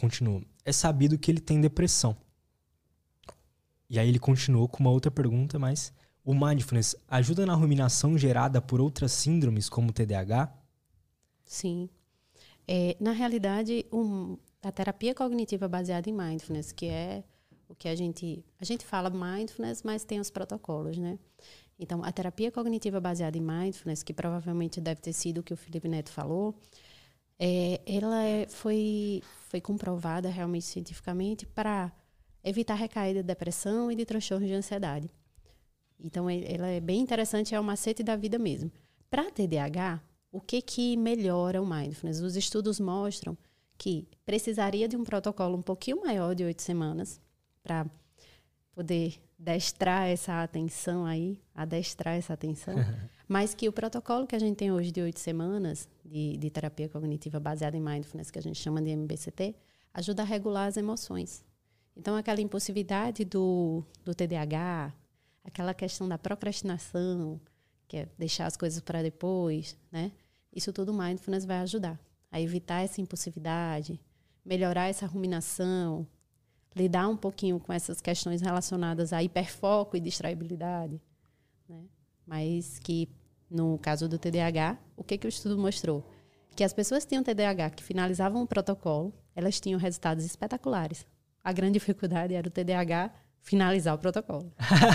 continuou. É sabido que ele tem depressão. E aí ele continuou com uma outra pergunta, mas o mindfulness ajuda na ruminação gerada por outras síndromes como o T D A H? Sim. É, na realidade, um, a terapia cognitiva baseada em mindfulness, que é o que a gente... A gente fala mindfulness, mas tem os protocolos, né? Então, a terapia cognitiva baseada em mindfulness, que provavelmente deve ter sido o que o Felipe Neto falou, é, ela é, foi, foi comprovada realmente cientificamente para evitar recaída de depressão e de transtorno de ansiedade. Então, ela é bem interessante, é o macete da vida mesmo. Para T D A H, o que, que melhora o mindfulness? Os estudos mostram que precisaria de um protocolo um pouquinho maior de oito semanas para poder destrar essa atenção aí, adestrar essa atenção, mas que o protocolo que a gente tem hoje de oito semanas de, de terapia cognitiva baseada em mindfulness, que a gente chama de M B C T, ajuda a regular as emoções. Então, aquela impulsividade do, do T D A H, aquela questão da procrastinação, que é deixar as coisas para depois, né? Isso tudo o mindfulness vai ajudar a evitar essa impulsividade, melhorar essa ruminação, lidar um pouquinho com essas questões relacionadas a hiperfoco e distraibilidade, né? Mas que, no caso do T D A H, o que, que o estudo mostrou? Que as pessoas que tinham T D A H que finalizavam o protocolo, elas tinham resultados espetaculares. A grande dificuldade era o T D A H finalizar o protocolo.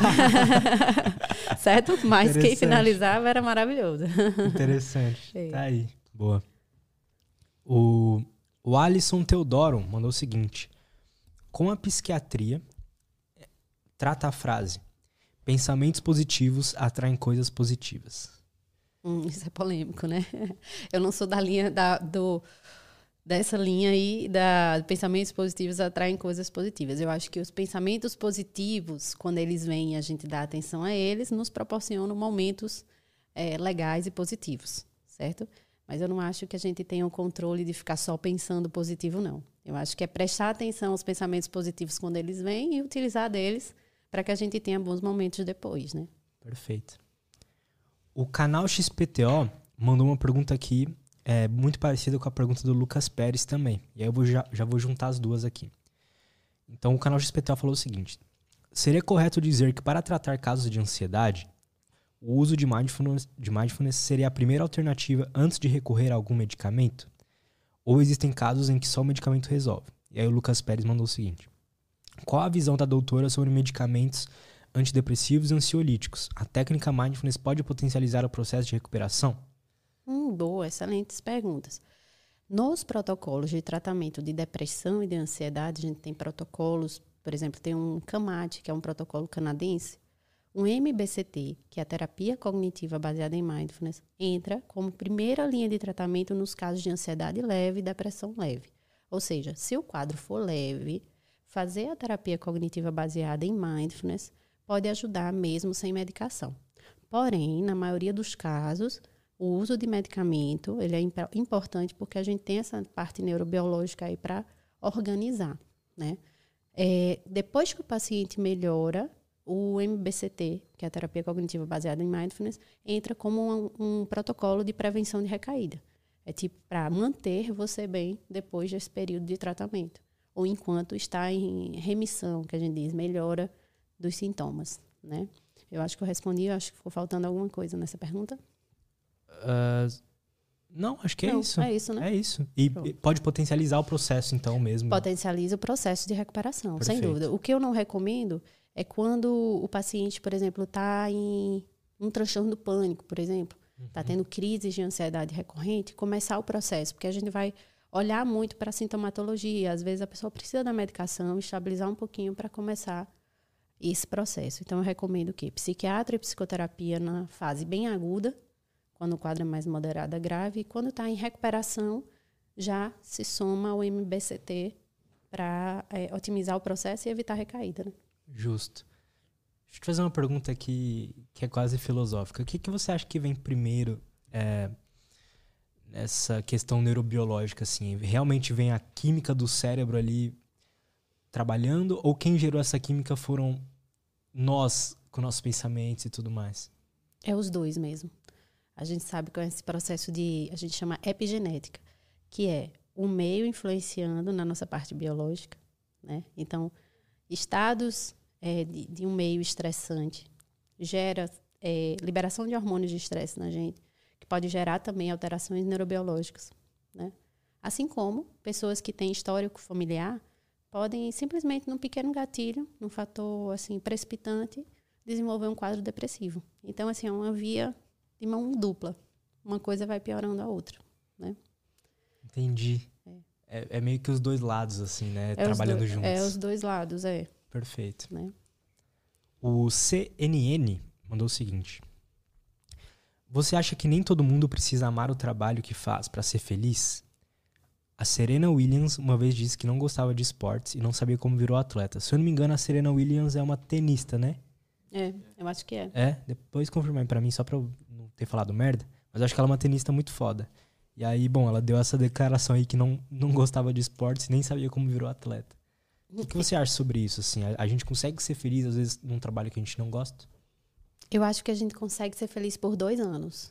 Certo? Mas quem finalizava era maravilhoso. Interessante. Tá aí. Boa. O, o Alisson Teodoro mandou o seguinte. Como a psiquiatria trata a frase pensamentos positivos atraem coisas positivas? Hum, isso é polêmico, né? Eu não sou da linha da, do... dessa linha aí, da pensamentos positivos atraem coisas positivas. Eu acho que os pensamentos positivos, quando eles vêm e a gente dá atenção a eles, nos proporcionam momentos é, legais e positivos, certo? Mas eu não acho que a gente tenha o controle de ficar só pensando positivo, não. Eu acho que é prestar atenção aos pensamentos positivos quando eles vêm e utilizar deles para que a gente tenha bons momentos depois, né? Perfeito. O canal X P T O mandou uma pergunta aqui É muito parecido com a pergunta do Lucas Pérez também. E aí eu vou, já, já vou juntar as duas aqui. Então o canal X P T O falou o seguinte. Seria correto dizer que para tratar casos de ansiedade, o uso de mindfulness, de mindfulness seria a primeira alternativa antes de recorrer a algum medicamento? Ou existem casos em que só o medicamento resolve? E aí o Lucas Pérez mandou o seguinte. Qual a visão da doutora sobre medicamentos antidepressivos e ansiolíticos? A técnica mindfulness pode potencializar o processo de recuperação? Hum, boa, excelentes perguntas. Nos protocolos de tratamento de depressão e de ansiedade, a gente tem protocolos, por exemplo, tem um CAMAT, que é um protocolo canadense, um M B C T, que é a terapia cognitiva baseada em mindfulness, entra como primeira linha de tratamento nos casos de ansiedade leve e depressão leve. Ou seja, se o quadro for leve, fazer a terapia cognitiva baseada em mindfulness pode ajudar mesmo sem medicação. Porém, na maioria dos casos, o uso de medicamento ele é imp- importante porque a gente tem essa parte neurobiológica aí para organizar, né? É, depois que o paciente melhora, o M B C T, que é a terapia cognitiva baseada em mindfulness, entra como um, um protocolo de prevenção de recaída. É tipo para manter você bem depois desse período de tratamento. Ou enquanto está em remissão, que a gente diz, melhora dos sintomas, né? Eu acho que eu respondi, eu acho que ficou faltando alguma coisa nessa pergunta. Uh, não, acho que é não, isso. É isso, né? É isso. E Pronto. Pode potencializar o processo, então, mesmo. Potencializa o processo de recuperação, Perfeito. sem dúvida. O que eu não recomendo é quando o paciente, por exemplo, está em um transtorno do pânico, por exemplo, está uhum. tendo crises de ansiedade recorrente, começar o processo, porque a gente vai olhar muito para a sintomatologia. Às vezes a pessoa precisa da medicação, estabilizar um pouquinho para começar esse processo. Então, eu recomendo que psiquiatra e psicoterapia na fase bem aguda, quando o quadro é mais moderado a grave, e quando está em recuperação, já se soma ao M B C T para é, otimizar o processo e evitar recaída, né? Justo. Deixa eu te fazer uma pergunta aqui que é quase filosófica. O que, que você acha que vem primeiro é, nessa questão neurobiológica? Assim? Realmente vem a química do cérebro ali trabalhando, ou quem gerou essa química foram nós, com nossos pensamentos e tudo mais? É os dois mesmo. A gente sabe que é esse processo de, a gente chama epigenética, que é o meio influenciando na nossa parte biológica, né? Então, estados é, de, de um meio estressante gera é, liberação de hormônios de estresse na gente, que pode gerar também alterações neurobiológicas, né? Assim como pessoas que têm histórico familiar podem simplesmente, num pequeno gatilho, num fator assim precipitante, desenvolver um quadro depressivo. Então, assim, é uma via de mão dupla. Uma coisa vai piorando a outra, né? Entendi. É, é, é meio que os dois lados, assim, né? É Trabalhando do, juntos. É os dois lados, é. Perfeito. Né? O C N N mandou o seguinte. Você acha que nem todo mundo precisa amar o trabalho que faz para ser feliz? A Serena Williams uma vez disse que não gostava de esportes e não sabia como virou atleta. Se eu não me engano, a Serena Williams é uma tenista, né? É, eu acho que é. É, depois confirma aí pra mim, só pra eu não ter falado merda. Mas eu acho que ela é uma tenista muito foda. E aí, bom, ela deu essa declaração aí que não, não gostava de esportes e nem sabia como virou atleta. O que você acha sobre isso? Assim, a, a gente consegue ser feliz, às vezes, num trabalho que a gente não gosta? Eu acho que a gente consegue ser feliz por dois anos.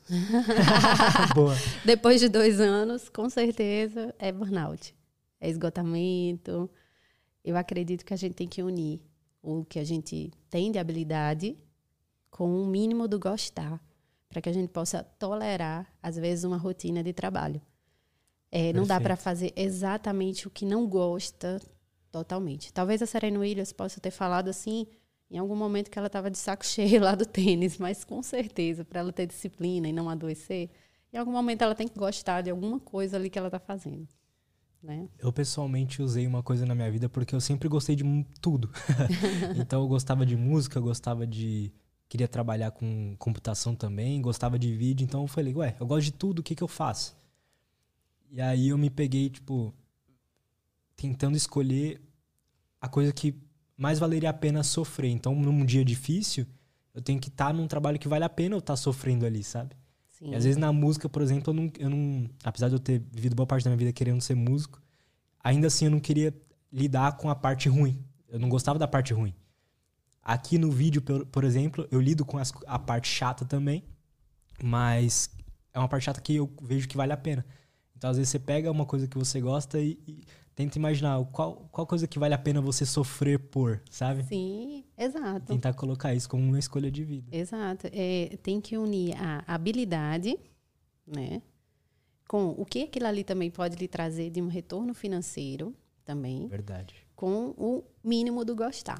Boa. Depois de dois anos, com certeza, é burnout. É esgotamento. Eu acredito que a gente tem que unir o que a gente tem de habilidade com o mínimo do gostar, para que a gente possa tolerar, às vezes, uma rotina de trabalho. É, não dá para fazer exatamente o que não gosta totalmente. Talvez a Serena Williams possa ter falado assim em algum momento que ela estava de saco cheio lá do tênis, mas com certeza, para ela ter disciplina e não adoecer, em algum momento ela tem que gostar de alguma coisa ali que ela está fazendo. Né? Eu, pessoalmente, usei uma coisa na minha vida porque eu sempre gostei de tudo. Então, eu gostava de música, eu gostava de... Queria trabalhar com computação também, gostava de vídeo. Então, eu falei, ué, eu gosto de tudo, o que que eu faço? E aí, eu me peguei, tipo, tentando escolher a coisa que mais valeria a pena sofrer. Então, num dia difícil, eu tenho que estar num trabalho que vale a pena eu estar sofrendo ali, sabe? Sim. E às vezes na música, por exemplo, eu não, eu não... Apesar de eu ter vivido boa parte da minha vida querendo ser músico, ainda assim eu não queria lidar com a parte ruim. Eu não gostava da parte ruim. Aqui no vídeo, por, por exemplo, eu lido com as, a parte chata também, mas é uma parte chata que eu vejo que vale a pena. Então, às vezes, você pega uma coisa que você gosta e, e tenta imaginar qual, qual coisa que vale a pena você sofrer por, sabe? Sim, exato. Tentar colocar isso como uma escolha de vida. Exato. É, tem que unir a habilidade, né, com o que aquilo ali também pode lhe trazer de um retorno financeiro também. Verdade. Com o mínimo do gostar.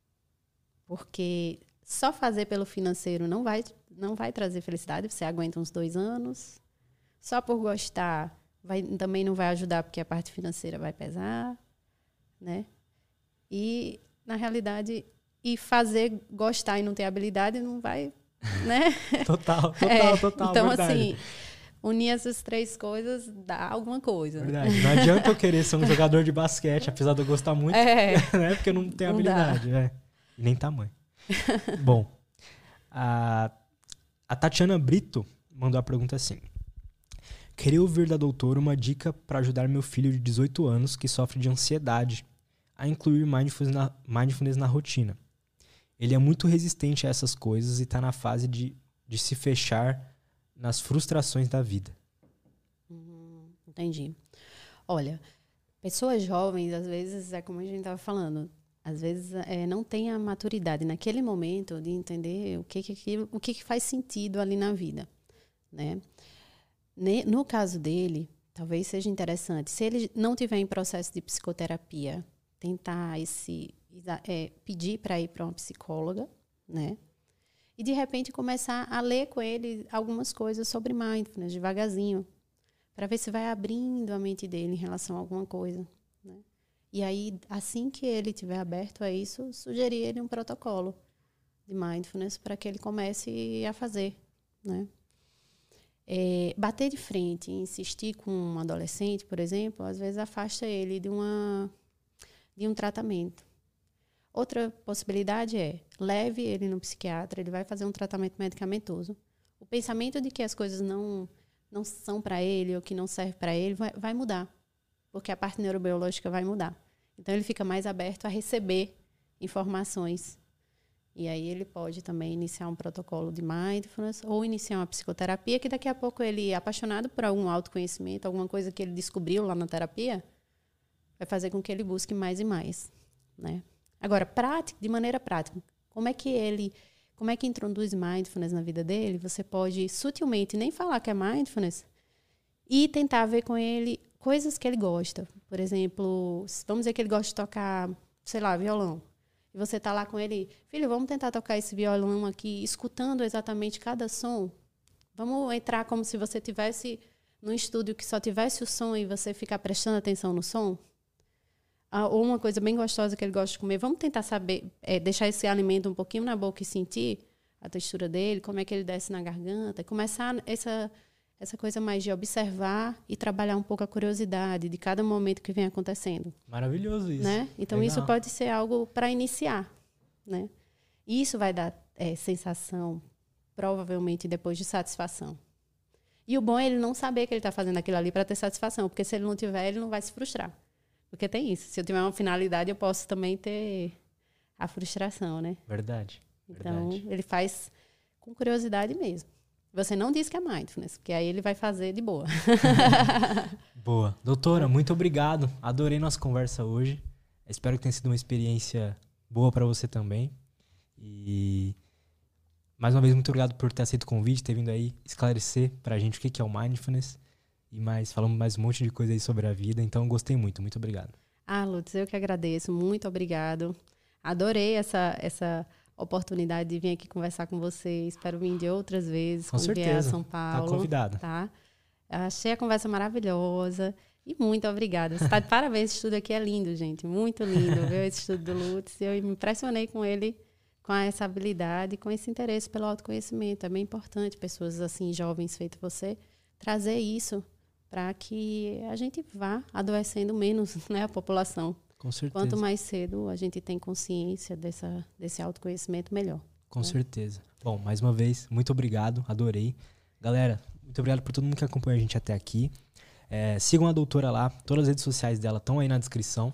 Porque só fazer pelo financeiro não vai, não vai trazer felicidade. Você aguenta uns dois anos. Só por gostar vai, também não vai ajudar, porque a parte financeira vai pesar, né? E, na realidade, e fazer gostar e não ter habilidade não vai, né? Total, total, é, total, então, verdade. assim, unir essas três coisas dá alguma coisa. Verdade. Não adianta eu querer ser um jogador de basquete, apesar de eu gostar muito, é, né? Porque eu não tenho não habilidade, né? E nem tamanho. Bom, a, a Tatiana Brito mandou a pergunta assim. Queria ouvir da doutora uma dica para ajudar meu filho de dezoito anos que sofre de ansiedade a incluir mindfulness na, mindfulness na rotina. Ele é muito resistente a essas coisas e está na fase de, de se fechar nas frustrações da vida. Hum, entendi. Olha, pessoas jovens, às vezes, é como a gente estava falando, às vezes é, não tem a maturidade naquele momento de entender o que, que, o que, que faz sentido ali na vida, né? No caso dele, talvez seja interessante, se ele não tiver em processo de psicoterapia, tentar esse, é, pedir para ir para uma psicóloga, né? E, de repente, começar a ler com ele algumas coisas sobre mindfulness, devagarzinho, para ver se vai abrindo a mente dele em relação a alguma coisa, né? E aí, assim que ele estiver aberto a isso, sugerir ele um protocolo de mindfulness para que ele comece a fazer, né? É, bater de frente, insistir com um adolescente, por exemplo, às vezes afasta ele de, uma, de um tratamento. Outra possibilidade é, leve ele no psiquiatra, ele vai fazer um tratamento medicamentoso. O pensamento de que as coisas não, não são para ele ou que não servem para ele vai, vai mudar, porque a parte neurobiológica vai mudar. Então, ele fica mais aberto a receber informações E aí ele pode também iniciar um protocolo de mindfulness ou iniciar uma psicoterapia, que daqui a pouco ele, apaixonado por algum autoconhecimento, alguma coisa que ele descobriu lá na terapia, vai fazer com que ele busque mais e mais, né? Agora, prática, de maneira prática, como é que ele, como é que introduz mindfulness na vida dele? Você pode sutilmente nem falar que é mindfulness e tentar ver com ele coisas que ele gosta. Por exemplo, vamos dizer que ele gosta de tocar, sei lá, violão. E você está lá com ele, filho, vamos tentar tocar esse violão aqui, escutando exatamente cada som. Vamos entrar como se você tivesse num estúdio que só tivesse o som e você ficar prestando atenção no som. Ah, ou uma coisa bem gostosa que ele gosta de comer. Vamos tentar saber, é, deixar esse alimento um pouquinho na boca e sentir a textura dele, como é que ele desce na garganta. Começar essa, essa coisa mais de observar e trabalhar um pouco a curiosidade de cada momento que vem acontecendo. Maravilhoso isso. Né? Então, Legal. isso pode ser algo para iniciar. Né? E isso vai dar é, sensação, provavelmente, depois de satisfação. E o bom é ele não saber que ele está fazendo aquilo ali para ter satisfação, porque se ele não tiver, ele não vai se frustrar. Porque tem isso. Se eu tiver uma finalidade, eu posso também ter a frustração, né? Verdade. Então, verdade. ele faz com curiosidade mesmo. Você não diz que é mindfulness, porque aí ele vai fazer de boa. Boa. Doutora, muito obrigado. Adorei nossa conversa hoje. Espero que tenha sido uma experiência boa para você também. E mais uma vez, muito obrigado por ter aceito o convite, ter vindo aí esclarecer pra gente o que é o mindfulness. E mais, falamos mais um monte de coisa aí sobre a vida. Então, gostei muito. Muito obrigado. Ah, Lutz, eu que agradeço. Muito obrigado. Adorei essa, essa oportunidade de vir aqui conversar com você. Espero vir de outras vezes. Com certeza. Vier a São Paulo. Tá convidada. Tá? Achei a conversa maravilhosa. E muito obrigada. Você está de parabéns. Esse estudo aqui é lindo, gente. Muito lindo, viu? Esse estudo do Lutz. Eu me impressionei com ele, com essa habilidade, com esse interesse pelo autoconhecimento. É bem importante, pessoas assim, jovens feito você, trazer isso para que a gente vá adoecendo menos, né, a população. Com certeza. Quanto mais cedo a gente tem consciência dessa, desse autoconhecimento, melhor. Com né? certeza. Bom, mais uma vez, muito obrigado. Adorei. Galera, muito obrigado por todo mundo que acompanhou a gente até aqui. É, sigam a doutora lá. Todas as redes sociais dela estão aí na descrição.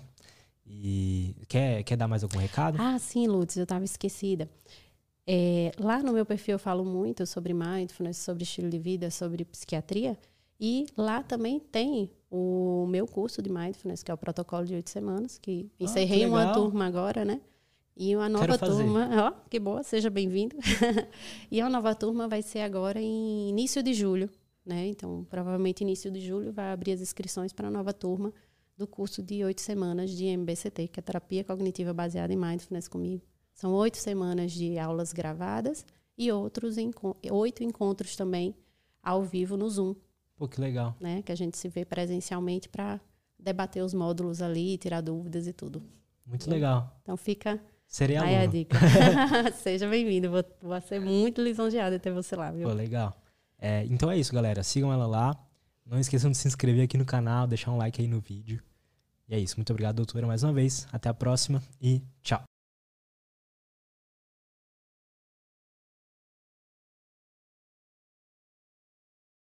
E quer, quer dar mais algum recado? Ah, sim, Lutz, eu estava esquecida. É, lá no meu perfil eu falo muito sobre mindfulness, sobre estilo de vida, sobre psiquiatria. E lá também tem o meu curso de mindfulness, que é o protocolo de oito semanas, que Ah, encerrei que uma legal. turma agora, né? E uma nova Quero fazer. turma, ó, que boa, seja bem-vindo. E a nova turma vai ser agora em início de julho, né? Então, provavelmente início de julho vai abrir as inscrições para a nova turma do curso de oito semanas de M B C T, que é Terapia Cognitiva Baseada em Mindfulness comigo. São oito semanas de aulas gravadas e outros enco- oito encontros também ao vivo no Zoom. Pô, que legal. Né, que a gente se vê presencialmente para debater os módulos ali, tirar dúvidas e tudo. Muito É. legal. Então fica Serei aí a aluno. dica. Seja bem-vindo, vou, vou ser muito lisonjeada ter você lá, viu? Pô, legal. É, então é isso, galera. Sigam ela lá. Não esqueçam de se inscrever aqui no canal, deixar um like aí no vídeo. E é isso. Muito obrigado, doutora, mais uma vez. Até a próxima e tchau.